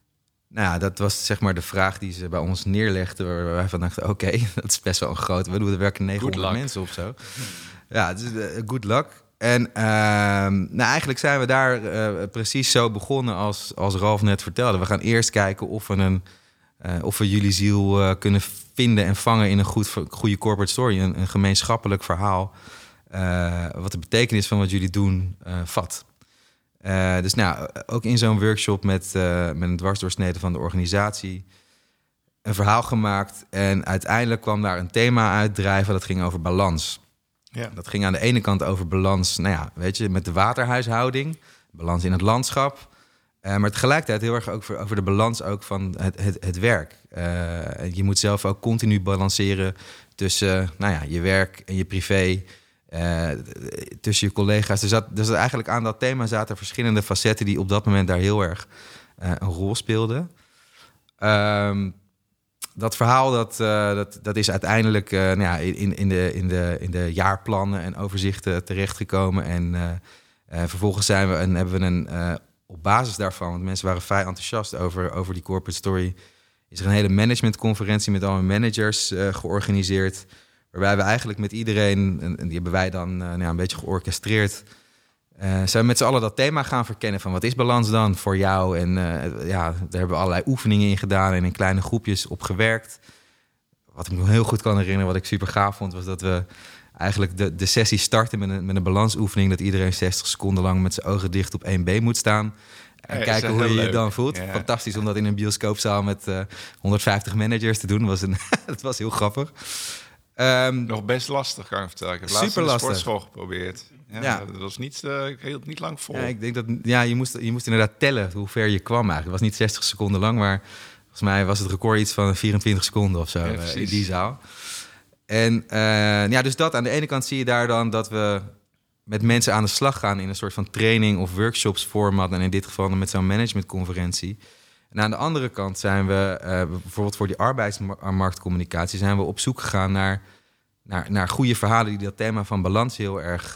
Nou ja, dat was zeg maar de vraag die ze bij ons neerlegden. Waar wij van dachten, oké, dat is best wel een grote. Er werken 900 mensen of zo. Ja, het is good luck. En eigenlijk zijn we daar precies zo begonnen als Ralf net vertelde. We gaan eerst kijken of we jullie ziel kunnen vinden en vangen in een goede corporate story. Een gemeenschappelijk verhaal. Wat de betekenis van wat jullie doen vat. Dus ook in zo'n workshop met een dwarsdoorsnede van de organisatie een verhaal gemaakt. En uiteindelijk kwam daar een thema uitdrijven. Dat ging over balans. Ja. Dat ging aan de ene kant over balans, met de waterhuishouding. Balans in het landschap. Maar tegelijkertijd heel erg ook over de balans ook van het werk. Je moet zelf ook continu balanceren tussen je werk en je privé. Tussen je collega's. Dus eigenlijk aan dat thema zaten verschillende facetten die op dat moment daar heel erg een rol speelden. Dat verhaal dat is uiteindelijk in de jaarplannen en overzichten terechtgekomen. En vervolgens hebben we op basis daarvan, want mensen waren vrij enthousiast over die corporate story, is er een hele managementconferentie met alle managers georganiseerd. Waarbij we eigenlijk met iedereen, en die hebben wij dan een beetje georchestreerd, zijn we met z'n allen dat thema gaan verkennen van wat is balans dan voor jou? En daar hebben we allerlei oefeningen in gedaan en in kleine groepjes op gewerkt. Wat ik me heel goed kan herinneren, wat ik super gaaf vond, was dat we eigenlijk de sessie starten met een balansoefening, dat iedereen 60 seconden lang met zijn ogen dicht op 1 been moet staan. En kijken hoe je je dan voelt. Ja. Fantastisch om dat in een bioscoopzaal met 150 managers te doen. Het was heel grappig. Nog best lastig, kan ik vertellen. Ik heb laatst in de sportschool geprobeerd. Ja. Dat was niet lang vol. Ja, ik denk dat je moest inderdaad tellen hoe ver je kwam eigenlijk. Het was niet 60 seconden lang, maar volgens mij was het record iets van 24 seconden of zo in die zaal. En dus dat aan de ene kant zie je daar dan dat we met mensen aan de slag gaan in een soort van training of workshops format. En in dit geval dan met zo'n managementconferentie. En aan de andere kant zijn we, bijvoorbeeld voor die arbeidsmarktcommunicatie, zijn we op zoek gegaan naar goede verhalen die dat thema van balans heel erg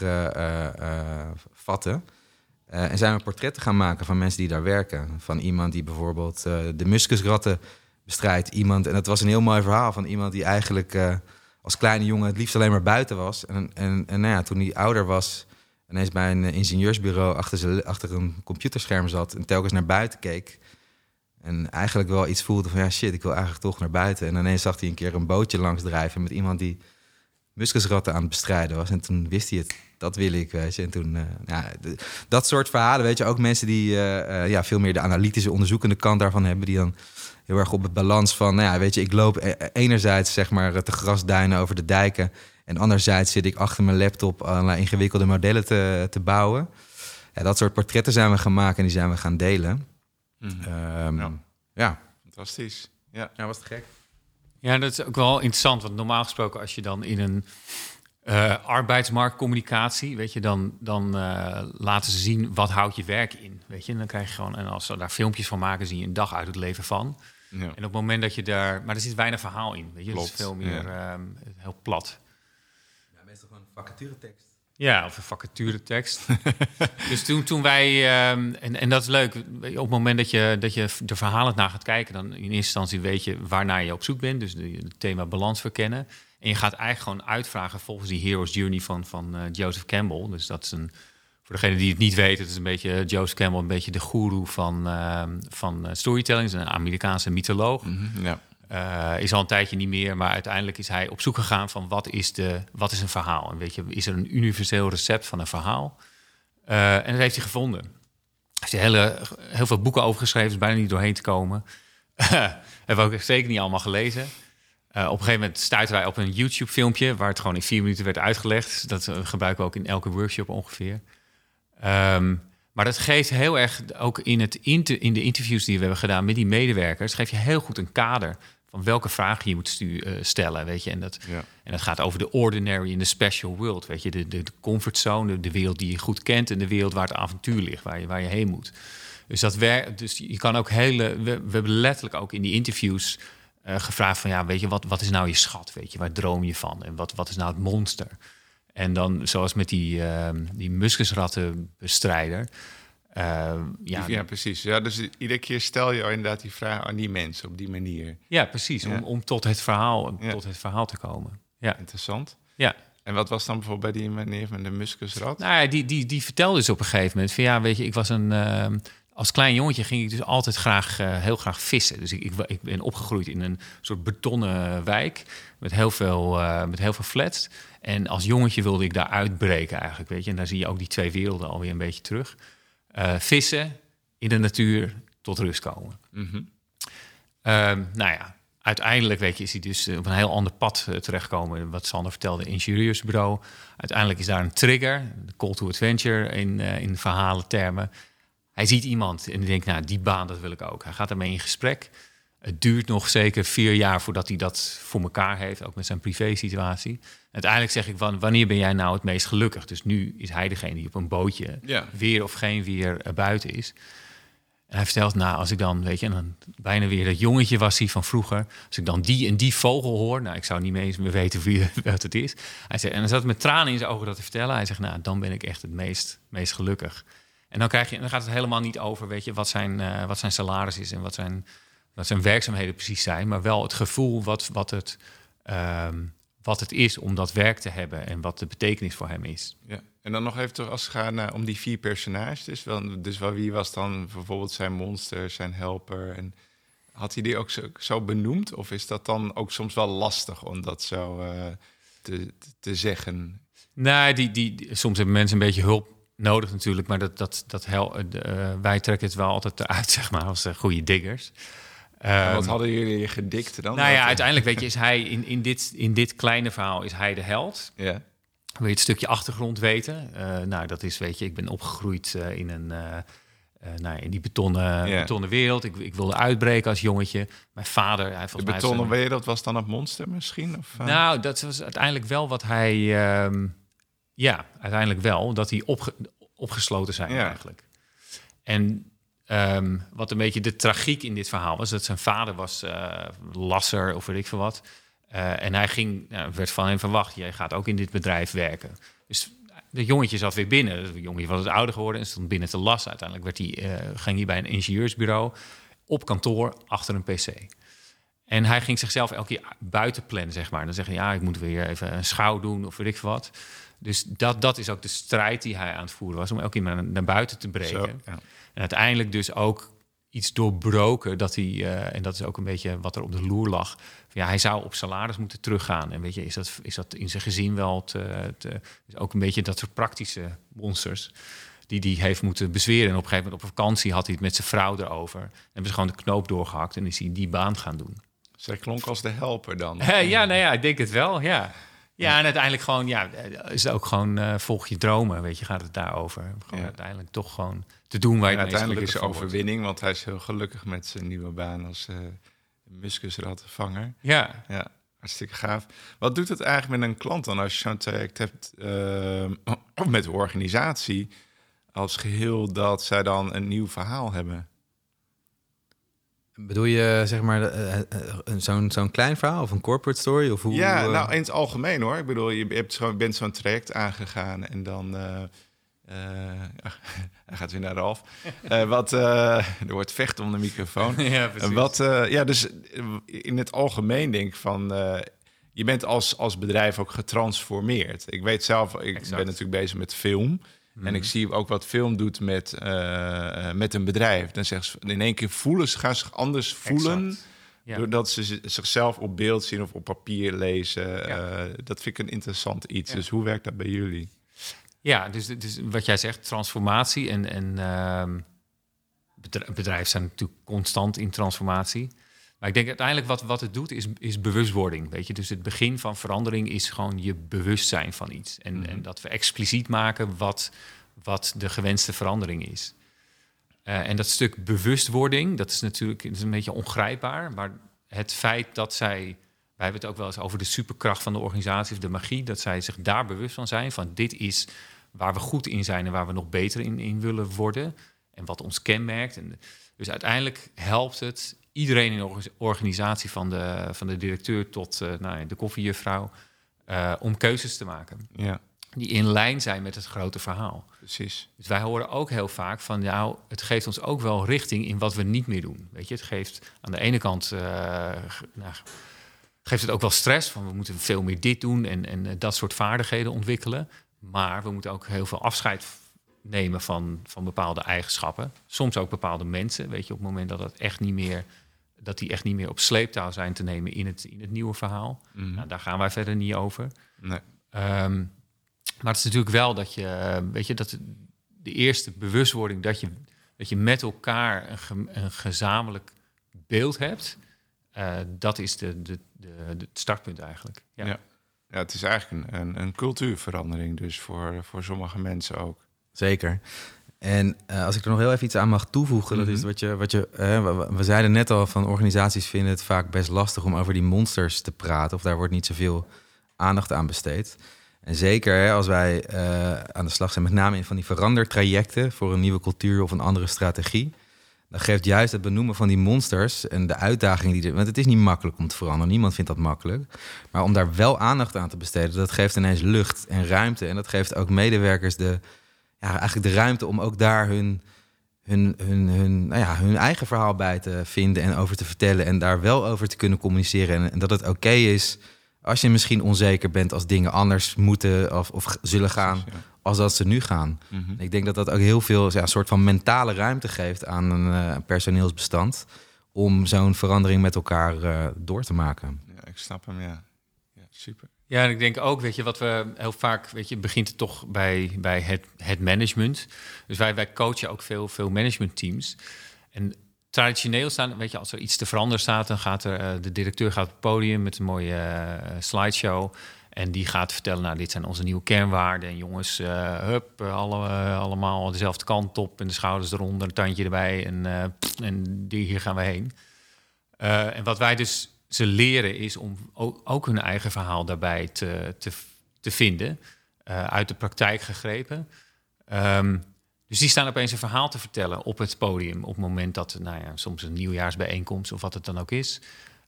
vatten. En zijn we portretten gaan maken van mensen die daar werken. Van iemand die bijvoorbeeld de muskusratten bestrijdt. En dat was een heel mooi verhaal van iemand die eigenlijk als kleine jongen het liefst alleen maar buiten was. En toen hij ouder was, ineens bij een ingenieursbureau achter een computerscherm zat en telkens naar buiten keek. En eigenlijk wel iets voelde van, ik wil eigenlijk toch naar buiten. En ineens zag hij een keer een bootje langs drijven met iemand die muskusratten aan het bestrijden was. En toen wist hij het, dat wil ik, weet je. En toen, dat soort verhalen, weet je, ook mensen die veel meer de analytische, onderzoekende kant daarvan hebben, die dan heel erg op het balans van, weet je, ik loop enerzijds zeg maar te grasduinen over de dijken en anderzijds zit ik achter mijn laptop allerlei ingewikkelde modellen te bouwen. Ja, dat soort portretten zijn we gaan maken en die zijn we gaan delen. Ja. Fantastisch. Ja, was het gek. Ja, dat is ook wel interessant, want normaal gesproken als je dan in een arbeidsmarktcommunicatie, weet je, dan laten ze zien wat houdt je werk in, weet je. En dan krijg je gewoon, en als ze daar filmpjes van maken, zie je een dag uit het leven van. Ja. En op het moment dat je daar, maar er zit weinig verhaal in, weet je. Klopt. Het is veel meer heel plat. Ja, meestal gewoon een vacaturetekst. Ja, of een vacaturetekst. Dus toen wij, en dat is leuk, op het moment dat je de verhalen naar gaat kijken, dan in eerste instantie weet je waarnaar je op zoek bent. Dus het thema balans verkennen. En je gaat eigenlijk gewoon uitvragen volgens die Hero's Journey van Joseph Campbell. Dus dat is voor degene die het niet weten, het is een beetje Joseph Campbell, een beetje de goeroe van storytelling. Is een Amerikaanse mytholoog. Mm-hmm, ja. Is al een tijdje niet meer, maar uiteindelijk is hij op zoek gegaan van wat is een verhaal? En weet je, is er een universeel recept van een verhaal? En dat heeft hij gevonden. Hij heeft heel veel boeken over geschreven, is bijna niet doorheen te komen. Hebben we ook zeker niet allemaal gelezen. Op een gegeven moment stuiten wij op een YouTube-filmpje waar het gewoon in 4 minuten werd uitgelegd. Dat gebruiken we ook in elke workshop ongeveer. Maar dat geeft heel erg, ook in de interviews die we hebben gedaan met die medewerkers, geef je heel goed een kader van welke vragen je moet stellen, weet je. En dat gaat over de ordinary en de special world, weet je. De comfortzone, de wereld die je goed kent en de wereld waar het avontuur ligt, waar je heen moet. Dus je kan ook we hebben letterlijk ook in die interviews gevraagd van, weet je, wat is nou je schat, weet je, waar droom je van? En wat is nou het monster? En dan, zoals met die muskusrattenbestrijder, Ja, precies. Ja, dus iedere keer stel je inderdaad die vraag aan die mensen op die manier. Ja, precies. Ja. Om tot het verhaal te komen. Ja. Interessant. Ja. En wat was dan bijvoorbeeld bij die meneer met de muskusrat? Nou ja, die vertelde dus op een gegeven moment van ja, weet je, ik was als klein jongetje ging ik dus altijd heel graag vissen. Dus ik ben opgegroeid in een soort betonnen wijk met heel veel flats. En als jongetje wilde ik daar uitbreken eigenlijk, weet je. En daar zie je ook die twee werelden alweer een beetje terug. Vissen, in de natuur, tot rust komen. Mm-hmm. Nou ja, uiteindelijk weet je, is hij dus op een heel ander pad terechtgekomen. Wat Sander vertelde, ingenieursbureau. Uiteindelijk is daar een trigger, de call to adventure in verhalentermen. Hij ziet iemand en die denkt, nou, die baan, dat wil ik ook. Hij gaat ermee in gesprek. Het duurt nog zeker 4 jaar voordat hij dat voor elkaar heeft, ook met zijn privé-situatie. Uiteindelijk zeg ik, wanneer ben jij nou het meest gelukkig? Dus nu is hij degene die op een bootje, weer of geen weer, buiten is. En hij vertelt, nou, als ik dan, weet je, en dan bijna weer dat jongetje was hij van vroeger. Als ik dan die en die vogel hoor, nou, ik zou niet eens meer weten wie het is. Hij zegt, en dan zat met tranen in zijn ogen dat te vertellen. Hij zegt, nou, dan ben ik echt het meest gelukkig. En dan gaat het helemaal niet over, weet je, wat zijn salaris is en wat zijn werkzaamheden precies zijn, maar wel het gevoel wat het is om dat werk te hebben en wat de betekenis voor hem is. Ja. En dan nog even terug als het gaat om die 4 personages. Dus wie was dan bijvoorbeeld zijn monster, zijn helper? En had hij die ook zo benoemd? Of is dat dan ook soms wel lastig om dat zo te zeggen? Nee, soms hebben mensen een beetje hulp nodig natuurlijk, maar wij trekken het wel altijd eruit, zeg maar, als goede diggers. Wat hadden jullie gedikt dan? Nou ja, uiteindelijk weet je, is hij in dit kleine verhaal is hij de held. Ja. Wil je het stukje achtergrond weten? Nou, dat is, weet je, ik ben opgegroeid in die betonnen wereld. Ik wilde uitbreken als jongetje. Mijn vader... De betonnen wereld was dan het monster misschien? Of, Nou, dat was uiteindelijk wel wat hij... uiteindelijk wel. Dat hij opgesloten zijn eigenlijk. En wat een beetje de tragiek in dit verhaal was... dat zijn vader was lasser of weet ik veel wat... en hij werd van hem verwacht, jij gaat ook in dit bedrijf werken. Dus de jongetje zat weer binnen. Het jongetje was ouder geworden en stond binnen te lassen. Uiteindelijk ging hij bij een ingenieursbureau op kantoor achter een pc. En hij ging zichzelf elke keer buiten plannen, zeg maar. Dan zeggen ja, ik moet weer even een schouw doen of weet ik veel wat. Dus dat is ook de strijd die hij aan het voeren was... om elke keer naar buiten te breken. Zo, ja. En uiteindelijk dus ook iets doorbroken dat hij... en dat is ook een beetje wat er op de loer lag... Ja, hij zou op salaris moeten teruggaan. En weet je, is dat in zijn gezin wel is ook een beetje dat soort praktische monsters die heeft moeten bezweren. En op een gegeven moment op vakantie had hij het met zijn vrouw erover. En hebben ze gewoon de knoop doorgehakt en is hij die baan gaan doen. Zij klonk als de helper dan. Ja, ik denk het wel, ja. Ja, en uiteindelijk gewoon, is het ook gewoon volg je dromen, weet je, gaat het daarover. Gewoon uiteindelijk toch gewoon te doen waar je het meest uiteindelijk is er wordt. overwinning, want hij is heel gelukkig met zijn nieuwe baan als muskusrattenvanger. Ja, hartstikke gaaf. Wat doet het eigenlijk met een klant dan als je zo'n traject hebt of met de organisatie als geheel dat zij dan een nieuw verhaal hebben? Bedoel je, zeg maar, zo'n klein verhaal of een corporate story? Of hoe, nou, in het algemeen hoor. Ik bedoel, je bent zo'n traject aangegaan en dan... hij gaat weer naar Ralf. Er wordt vecht om de microfoon. Ja, precies. Dus in het algemeen denk ik van... je bent als bedrijf ook getransformeerd. Ik weet zelf, ik ben natuurlijk bezig met film... En ik zie ook wat film doet met een bedrijf. Dan zeggen ze in één keer gaan ze zich anders voelen... Ja. Doordat ze zichzelf op beeld zien of op papier lezen. Dat vind ik een interessant iets. Ja. Dus hoe werkt dat bij jullie? Ja, dus wat jij zegt, transformatie en bedrijven zijn natuurlijk constant in transformatie. Maar ik denk uiteindelijk wat het doet is bewustwording. Weet je? Dus het begin van verandering is gewoon je bewustzijn van iets. En dat we expliciet maken wat de gewenste verandering is. En dat stuk bewustwording, dat is natuurlijk een beetje ongrijpbaar. Maar het feit dat wij hebben het ook wel eens over de superkracht van de organisatie of de magie, dat zij zich daar bewust van zijn. Van dit is waar we goed in zijn en waar we nog beter in willen worden. En wat ons kenmerkt. Dus uiteindelijk helpt het iedereen in de organisatie, van de directeur tot de koffiejuffrouw, om keuzes te maken. Ja. die in lijn zijn met het grote verhaal. Precies. Dus wij horen ook heel vaak van, nou, het geeft ons ook wel richting in wat we niet meer doen. Weet je, het geeft aan de ene kant geeft het ook wel stress, van we moeten veel meer dit doen en dat soort vaardigheden ontwikkelen. Maar we moeten ook heel veel afscheid nemen van bepaalde eigenschappen. Soms ook bepaalde mensen, weet je, op het moment dat die echt niet meer op sleeptouw zijn te nemen in het nieuwe verhaal. Mm-hmm. Nou, daar gaan wij verder niet over. Nee. Maar het is natuurlijk wel dat je, weet je, dat de eerste bewustwording dat je met elkaar een gezamenlijk beeld hebt, dat is het startpunt eigenlijk. Ja. Ja, het is eigenlijk een cultuurverandering dus voor sommige mensen ook. Zeker. En als ik er nog heel even iets aan mag toevoegen, dat is we zeiden net al van organisaties vinden het vaak best lastig om over die monsters te praten, of daar wordt niet zoveel aandacht aan besteed. En zeker als wij aan de slag zijn, met name in van die verandertrajecten voor een nieuwe cultuur of een andere strategie, dan geeft juist het benoemen van die monsters en de uitdagingen die want het is niet makkelijk om te veranderen, niemand vindt dat makkelijk, maar om daar wel aandacht aan te besteden, dat geeft ineens lucht en ruimte en dat geeft ook medewerkers eigenlijk de ruimte om ook daar hun eigen verhaal bij te vinden en over te vertellen en daar wel over te kunnen communiceren en dat het oké is als je misschien onzeker bent als dingen anders moeten of zullen gaan als dat ze nu gaan. Mm-hmm. Ik denk dat dat ook heel veel een soort van mentale ruimte geeft aan een personeelsbestand om zo'n verandering met elkaar door te maken. Ja, ik snap hem, ja. Ja, super. Ja, en ik denk ook, weet je, wat we heel vaak, weet je, begint het toch bij het management. Dus wij coachen ook veel managementteams. En traditioneel staan, weet je, als er iets te veranderen staat, dan gaat de directeur gaat op het podium met een mooie slideshow. En die gaat vertellen, nou, dit zijn onze nieuwe kernwaarden. En jongens, allemaal dezelfde kant op en de schouders eronder, een tandje erbij. En hier gaan we heen. En wat wij dus ze leren is om ook hun eigen verhaal daarbij te vinden. Uit de praktijk gegrepen. Dus die staan opeens een verhaal te vertellen op het podium. Op het moment dat, soms een nieuwjaarsbijeenkomst of wat het dan ook is.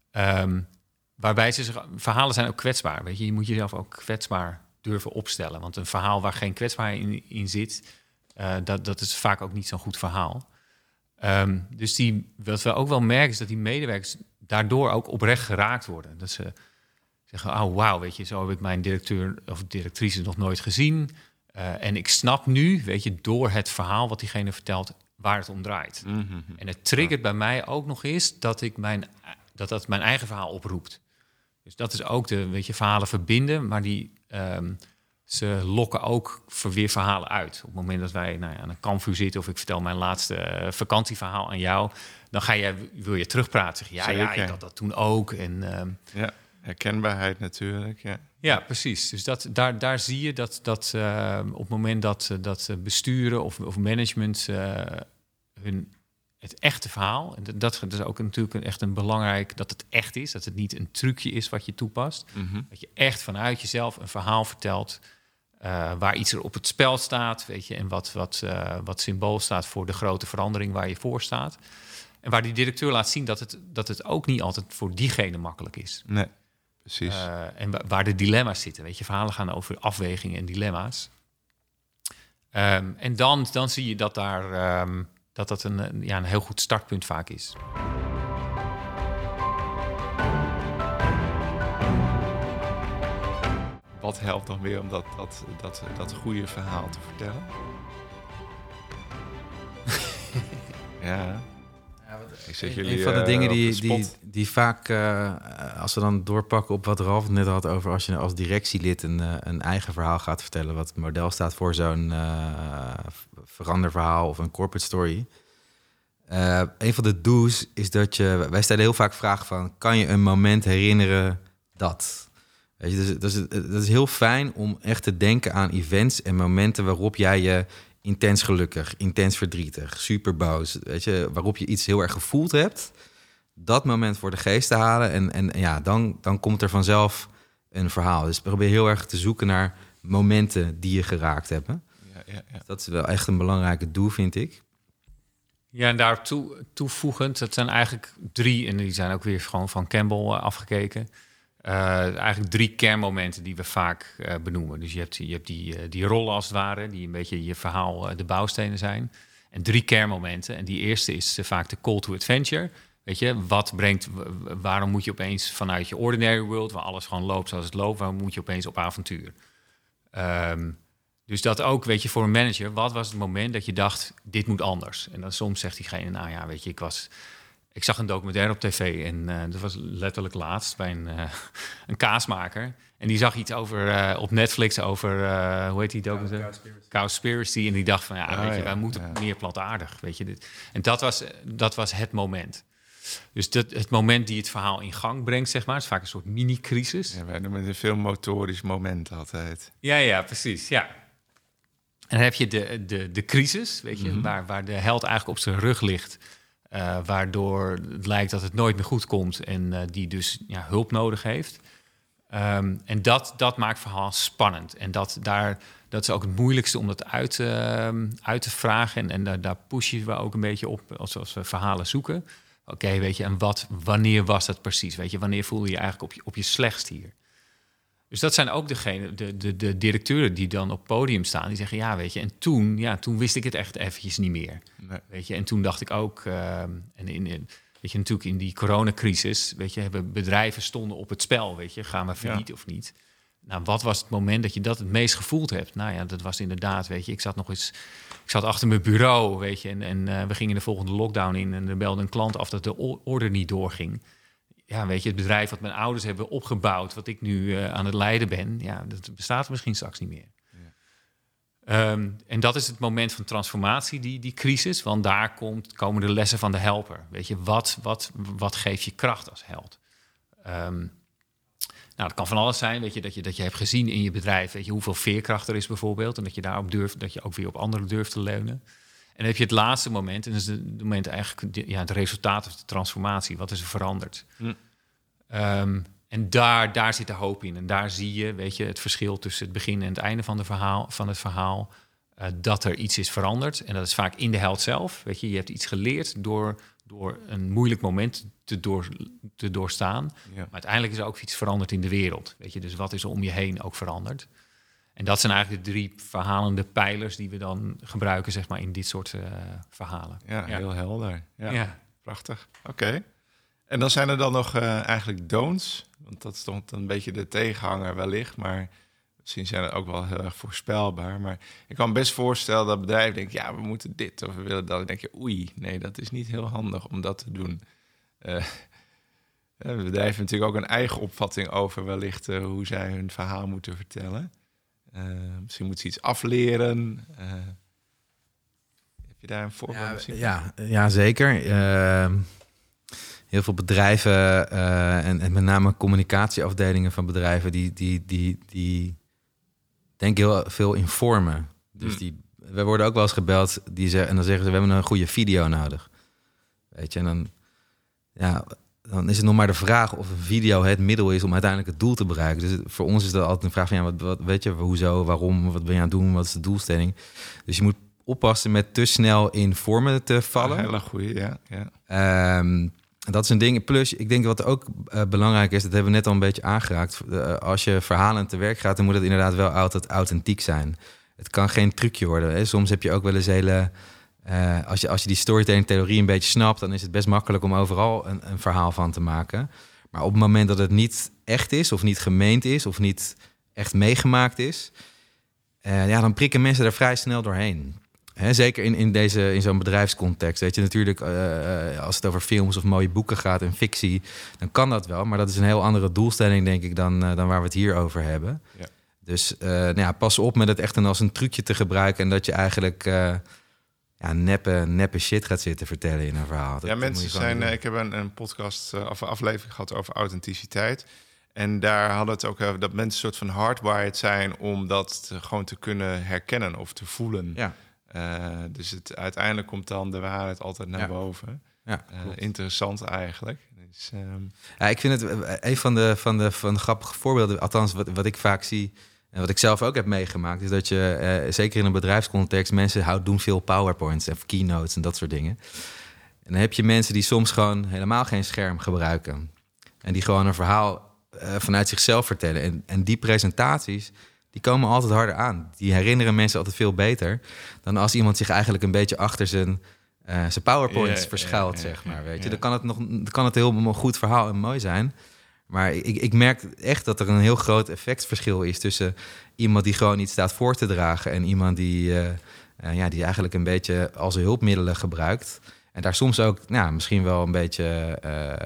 Waarbij verhalen zijn ook kwetsbaar. Weet je? Je moet jezelf ook kwetsbaar durven opstellen. Want een verhaal waar geen kwetsbaarheid in zit, dat is vaak ook niet zo'n goed verhaal. Dus wat we ook wel merken is dat die medewerkers daardoor ook oprecht geraakt worden. Dat ze zeggen, oh wauw, weet je, zo heb ik mijn directeur of directrice nog nooit gezien. En ik snap nu, weet je, door het verhaal wat diegene vertelt, waar het om draait. Mm-hmm. En het triggert bij mij ook nog eens dat dat mijn eigen verhaal oproept. Dus dat is ook verhalen verbinden, maar ze lokken ook weer verhalen uit. Op het moment dat wij aan een kampvuur zitten of ik vertel mijn laatste vakantieverhaal aan jou, dan wil je terugpraten. Zeg, ja, ik had dat toen ook. En, ja, herkenbaarheid natuurlijk. Ja, precies. Dus daar zie je dat op het moment dat besturen of management het echte verhaal, en dat is ook natuurlijk echt een belangrijk, dat het echt is, dat het niet een trucje is wat je toepast. Mm-hmm. Dat je echt vanuit jezelf een verhaal vertelt, waar iets er op het spel staat, weet je, en wat symbool staat voor de grote verandering waar je voor staat. En waar die directeur laat zien dat het ook niet altijd voor diegene makkelijk is. Nee, precies. En waar de dilemma's zitten. Weet je, verhalen gaan over afwegingen en dilemma's. En dan zie je dat dat een heel goed startpunt vaak is. Wat helpt dan weer om dat goede verhaal te vertellen? Ja. Ik zeg Een van de dingen die vaak, als we dan doorpakken op wat Ralf het net had over als je als directielid een eigen verhaal gaat vertellen, wat model staat voor zo'n veranderverhaal of een corporate story. Een van de do's is dat wij stellen heel vaak vragen van, kan je een moment herinneren dat? Weet je, dus dat is heel fijn om echt te denken aan events en momenten waarop jij je intens gelukkig, intens verdrietig, super boos, weet je, waarop je iets heel erg gevoeld hebt, dat moment voor de geest te halen en dan komt er vanzelf een verhaal. Dus probeer heel erg te zoeken naar momenten die je geraakt hebben. Ja. Dat is wel echt een belangrijke doel, vind ik. Ja, en daar toevoegend, dat zijn eigenlijk 3, en die zijn ook weer gewoon van Campbell afgekeken. Eigenlijk 3 kernmomenten die we vaak benoemen. Dus je hebt die rollen als het ware, die een beetje je verhaal de bouwstenen zijn. En 3 kernmomenten. En die eerste is vaak de call to adventure. Weet je, waarom moet je opeens vanuit je ordinary world, waar alles gewoon loopt zoals het loopt, waarom moet je opeens op avontuur? Dus dat ook, weet je, voor een manager, wat was het moment dat je dacht, dit moet anders? En dan soms zegt diegene, nou ja, weet je, ik zag een documentaire op tv en dat was letterlijk laatst bij een kaasmaker. En die zag iets over op Netflix over, hoe heet die documentaire? Cowspiracy. En die dacht van, wij moeten meer plantaardig, weet je. En dat was het moment. Dus het moment die het verhaal in gang brengt, zeg maar, is vaak een soort mini-crisis. Ja, wij noemen het een veel motorisch moment altijd. Ja, precies, ja. En dan heb je de crisis, weet je, waar de held eigenlijk op zijn rug ligt. Waardoor het lijkt dat het nooit meer goed komt en die dus hulp nodig heeft. En dat maakt verhaal spannend. En dat is ook het moeilijkste om dat uit te vragen. En daar pushen we ook een beetje op als we verhalen zoeken. Oké, weet je, en wanneer was dat precies? Weet je, wanneer voelde je eigenlijk op je slechtst hier? Dus dat zijn ook de directeuren die dan op het podium staan. Die zeggen, ja, weet je, en toen wist ik het echt eventjes niet meer. Nee. Weet je, en toen dacht ik ook, weet je, natuurlijk in die coronacrisis, weet je, bedrijven stonden op het spel, weet je, gaan we failliet of niet? Nou, wat was het moment dat je dat het meest gevoeld hebt? Nou ja, dat was inderdaad, weet je, ik zat achter mijn bureau, weet je, en we gingen de volgende lockdown in en er belde een klant af dat de order niet doorging. Ja, weet je, het bedrijf wat mijn ouders hebben opgebouwd, wat ik nu aan het leiden ben, ja, dat bestaat misschien straks niet meer. Ja. En dat is het moment van transformatie, die crisis, want daar komen de lessen van de helper. Weet je, wat geeft je kracht als held? Nou, dat kan van alles zijn, weet je, dat je hebt gezien in je bedrijf, weet je, hoeveel veerkracht er is bijvoorbeeld, en dat je daarop durft, dat je ook weer op anderen durft te leunen. En dan heb je het laatste moment, en dat is het moment eigenlijk, het resultaat of de transformatie. Wat is er veranderd? En daar zit de hoop in. En daar zie je, weet je, het verschil tussen het begin en het einde van het verhaal. Dat er iets is veranderd. En dat is vaak in de held zelf. Weet je hebt iets geleerd door een moeilijk moment te doorstaan. Ja. Maar uiteindelijk is er ook iets veranderd in de wereld. Weet je, dus wat is er om je heen ook veranderd? En dat zijn eigenlijk de 3 verhalende pijlers die we dan gebruiken, zeg maar, in dit soort verhalen. Ja, heel helder. Ja. Prachtig. Oké. En dan zijn er dan nog eigenlijk don'ts. Want dat stond een beetje de tegenhanger wellicht. Maar misschien zijn het ook wel heel erg voorspelbaar. Maar ik kan me best voorstellen dat bedrijven denken, ja, we moeten dit of we willen dat. Dan denk je, oei, nee, dat is niet heel handig om dat te doen. Bedrijven hebben natuurlijk ook een eigen opvatting over wellicht hoe zij hun verhaal moeten vertellen. Misschien moeten ze iets afleren. Heb je daar een voorbeeld misschien? Ja, zeker. Heel veel bedrijven en met name communicatieafdelingen van bedrijven die denken heel veel in vormen. Dus we worden ook wel eens gebeld en dan zeggen ze, we hebben een goede video nodig. Weet je, en dan is het nog maar de vraag of een video het middel is om uiteindelijk het doel te bereiken. Dus voor ons is dat altijd een vraag van, wat weet je, hoezo, waarom, wat ben je aan het doen, wat is de doelstelling? Dus je moet oppassen met te snel in vormen te vallen. Hele goeie, ja. Dat is een ding. Plus, ik denk wat ook belangrijk is, dat hebben we net al een beetje aangeraakt. Als je verhalen te werk gaat, dan moet het inderdaad wel altijd authentiek zijn. Het kan geen trucje worden. Hè? Soms heb je ook wel eens hele... Als je die storytelling-theorie een beetje snapt, dan is het best makkelijk om overal een verhaal van te maken. Maar op het moment dat het niet echt is, of niet gemeend is, of niet echt meegemaakt is, dan prikken mensen er vrij snel doorheen. Hè, zeker in zo'n bedrijfscontext. Weet je, natuurlijk, als het over films of mooie boeken gaat en fictie, dan kan dat wel. Maar dat is een heel andere doelstelling, denk ik, dan waar we het hier over hebben. Ja. Dus pas op met het echt als een trucje te gebruiken en dat je eigenlijk neppe shit gaat zitten vertellen in een verhaal. Mensen zijn... ik heb een podcast of een aflevering gehad over authenticiteit. En daar hadden het ook over dat mensen een soort van hardwired zijn om dat gewoon te kunnen herkennen of te voelen. Ja. Dus uiteindelijk komt dan de waarheid altijd naar boven. Ja, interessant eigenlijk. Dus, ik vind het een van de grappige voorbeelden, althans wat ik vaak zie en wat ik zelf ook heb meegemaakt, is dat je zeker in een bedrijfscontext mensen doen veel PowerPoints en keynotes en dat soort dingen. En dan heb je mensen die soms gewoon helemaal geen scherm gebruiken en die gewoon een verhaal vanuit zichzelf vertellen. En die presentaties, die komen altijd harder aan. Die herinneren mensen altijd veel beter dan als iemand zich eigenlijk een beetje achter zijn PowerPoint verschuilt, zeg maar. Weet je, dan kan het heel een goed verhaal en mooi zijn. Maar ik merk echt dat er een heel groot effectverschil is tussen iemand die gewoon iets staat voor te dragen en iemand die eigenlijk een beetje als hulpmiddelen gebruikt. En daar soms ook misschien wel een beetje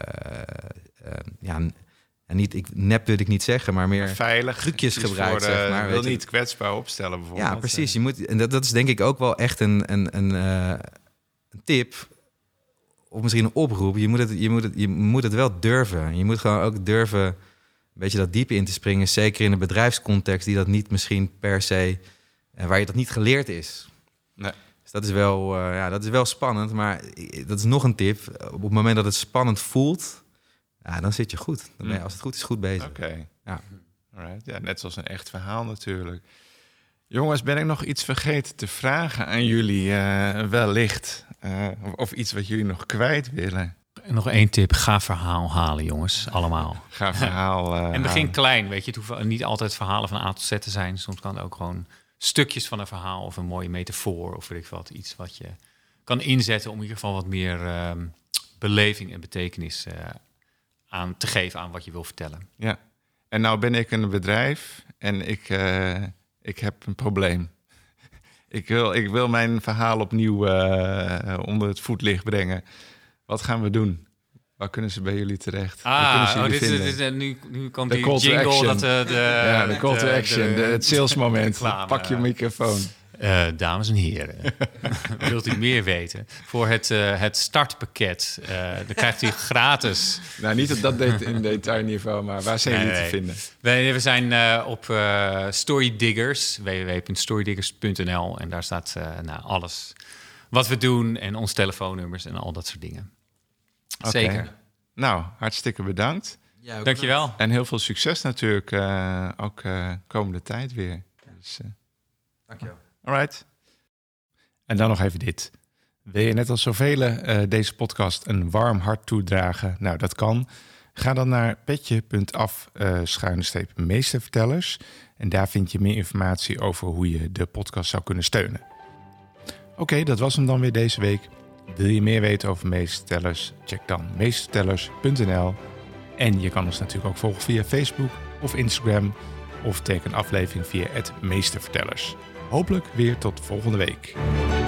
nep wil ik niet zeggen, maar meer veilig trucjes gebruikt, zeg maar. Wil niet kwetsbaar opstellen bijvoorbeeld. Ja, precies. Je moet, en dat is denk ik ook wel echt een tip, of misschien een oproep. Je moet het wel durven. Je moet gewoon ook durven een beetje dat diepe in te springen, zeker in een bedrijfscontext die dat niet misschien per se, waar je dat niet geleerd is. Nee. Dus dat is wel spannend, maar dat is nog een tip. Op het moment dat het spannend voelt, dan zit je goed. Dan ben je, als het goed is, goed bezig. Oké. Ja. Alright. Ja, net zoals een echt verhaal natuurlijk. Jongens, ben ik nog iets vergeten te vragen aan jullie? Wellicht. Of iets wat jullie nog kwijt willen? En nog 1 tip. Ga verhaal halen, jongens. Allemaal. Ga verhaal en begin halen. klein, weet je. Het hoeft niet altijd verhalen van A tot Z te zijn. Soms kan het ook gewoon stukjes van een verhaal of een mooie metafoor of weet ik wat. Iets wat je kan inzetten om in ieder geval wat meer beleving en betekenis aan te geven aan wat je wil vertellen. Ja. En nou ben ik een bedrijf en ik heb een probleem. Ik wil mijn verhaal opnieuw onder het voetlicht brengen. Wat gaan we doen? Waar kunnen ze bij jullie terecht? Nu komt de die call to jingle. action. De call to action. Het salesmoment. Pak je microfoon. Dames en heren, wilt u meer weten? Voor het startpakket, dan krijgt u gratis. Nou, niet op dat in detailniveau, maar waar zijn jullie te vinden? We zijn op Storydiggers, www.storydiggers.nl. En daar staat alles wat we doen en onze telefoonnummers en al dat soort dingen. Okay. Zeker. Nou, hartstikke bedankt. Ja, dankjewel. En heel veel succes natuurlijk, ook komende tijd weer. Dus, dankjewel. Alright. En dan nog even dit. Wil je net als zoveel deze podcast een warm hart toedragen? Nou, dat kan. Ga dan naar petje.af/meestervertellers. En daar vind je meer informatie over hoe je de podcast zou kunnen steunen. Oké, dat was hem dan weer deze week. Wil je meer weten over Meestervertellers? Check dan meestervertellers.nl. En je kan ons natuurlijk ook volgen via Facebook of Instagram. Of teken een aflevering via @meestervertellers. Hopelijk weer tot volgende week.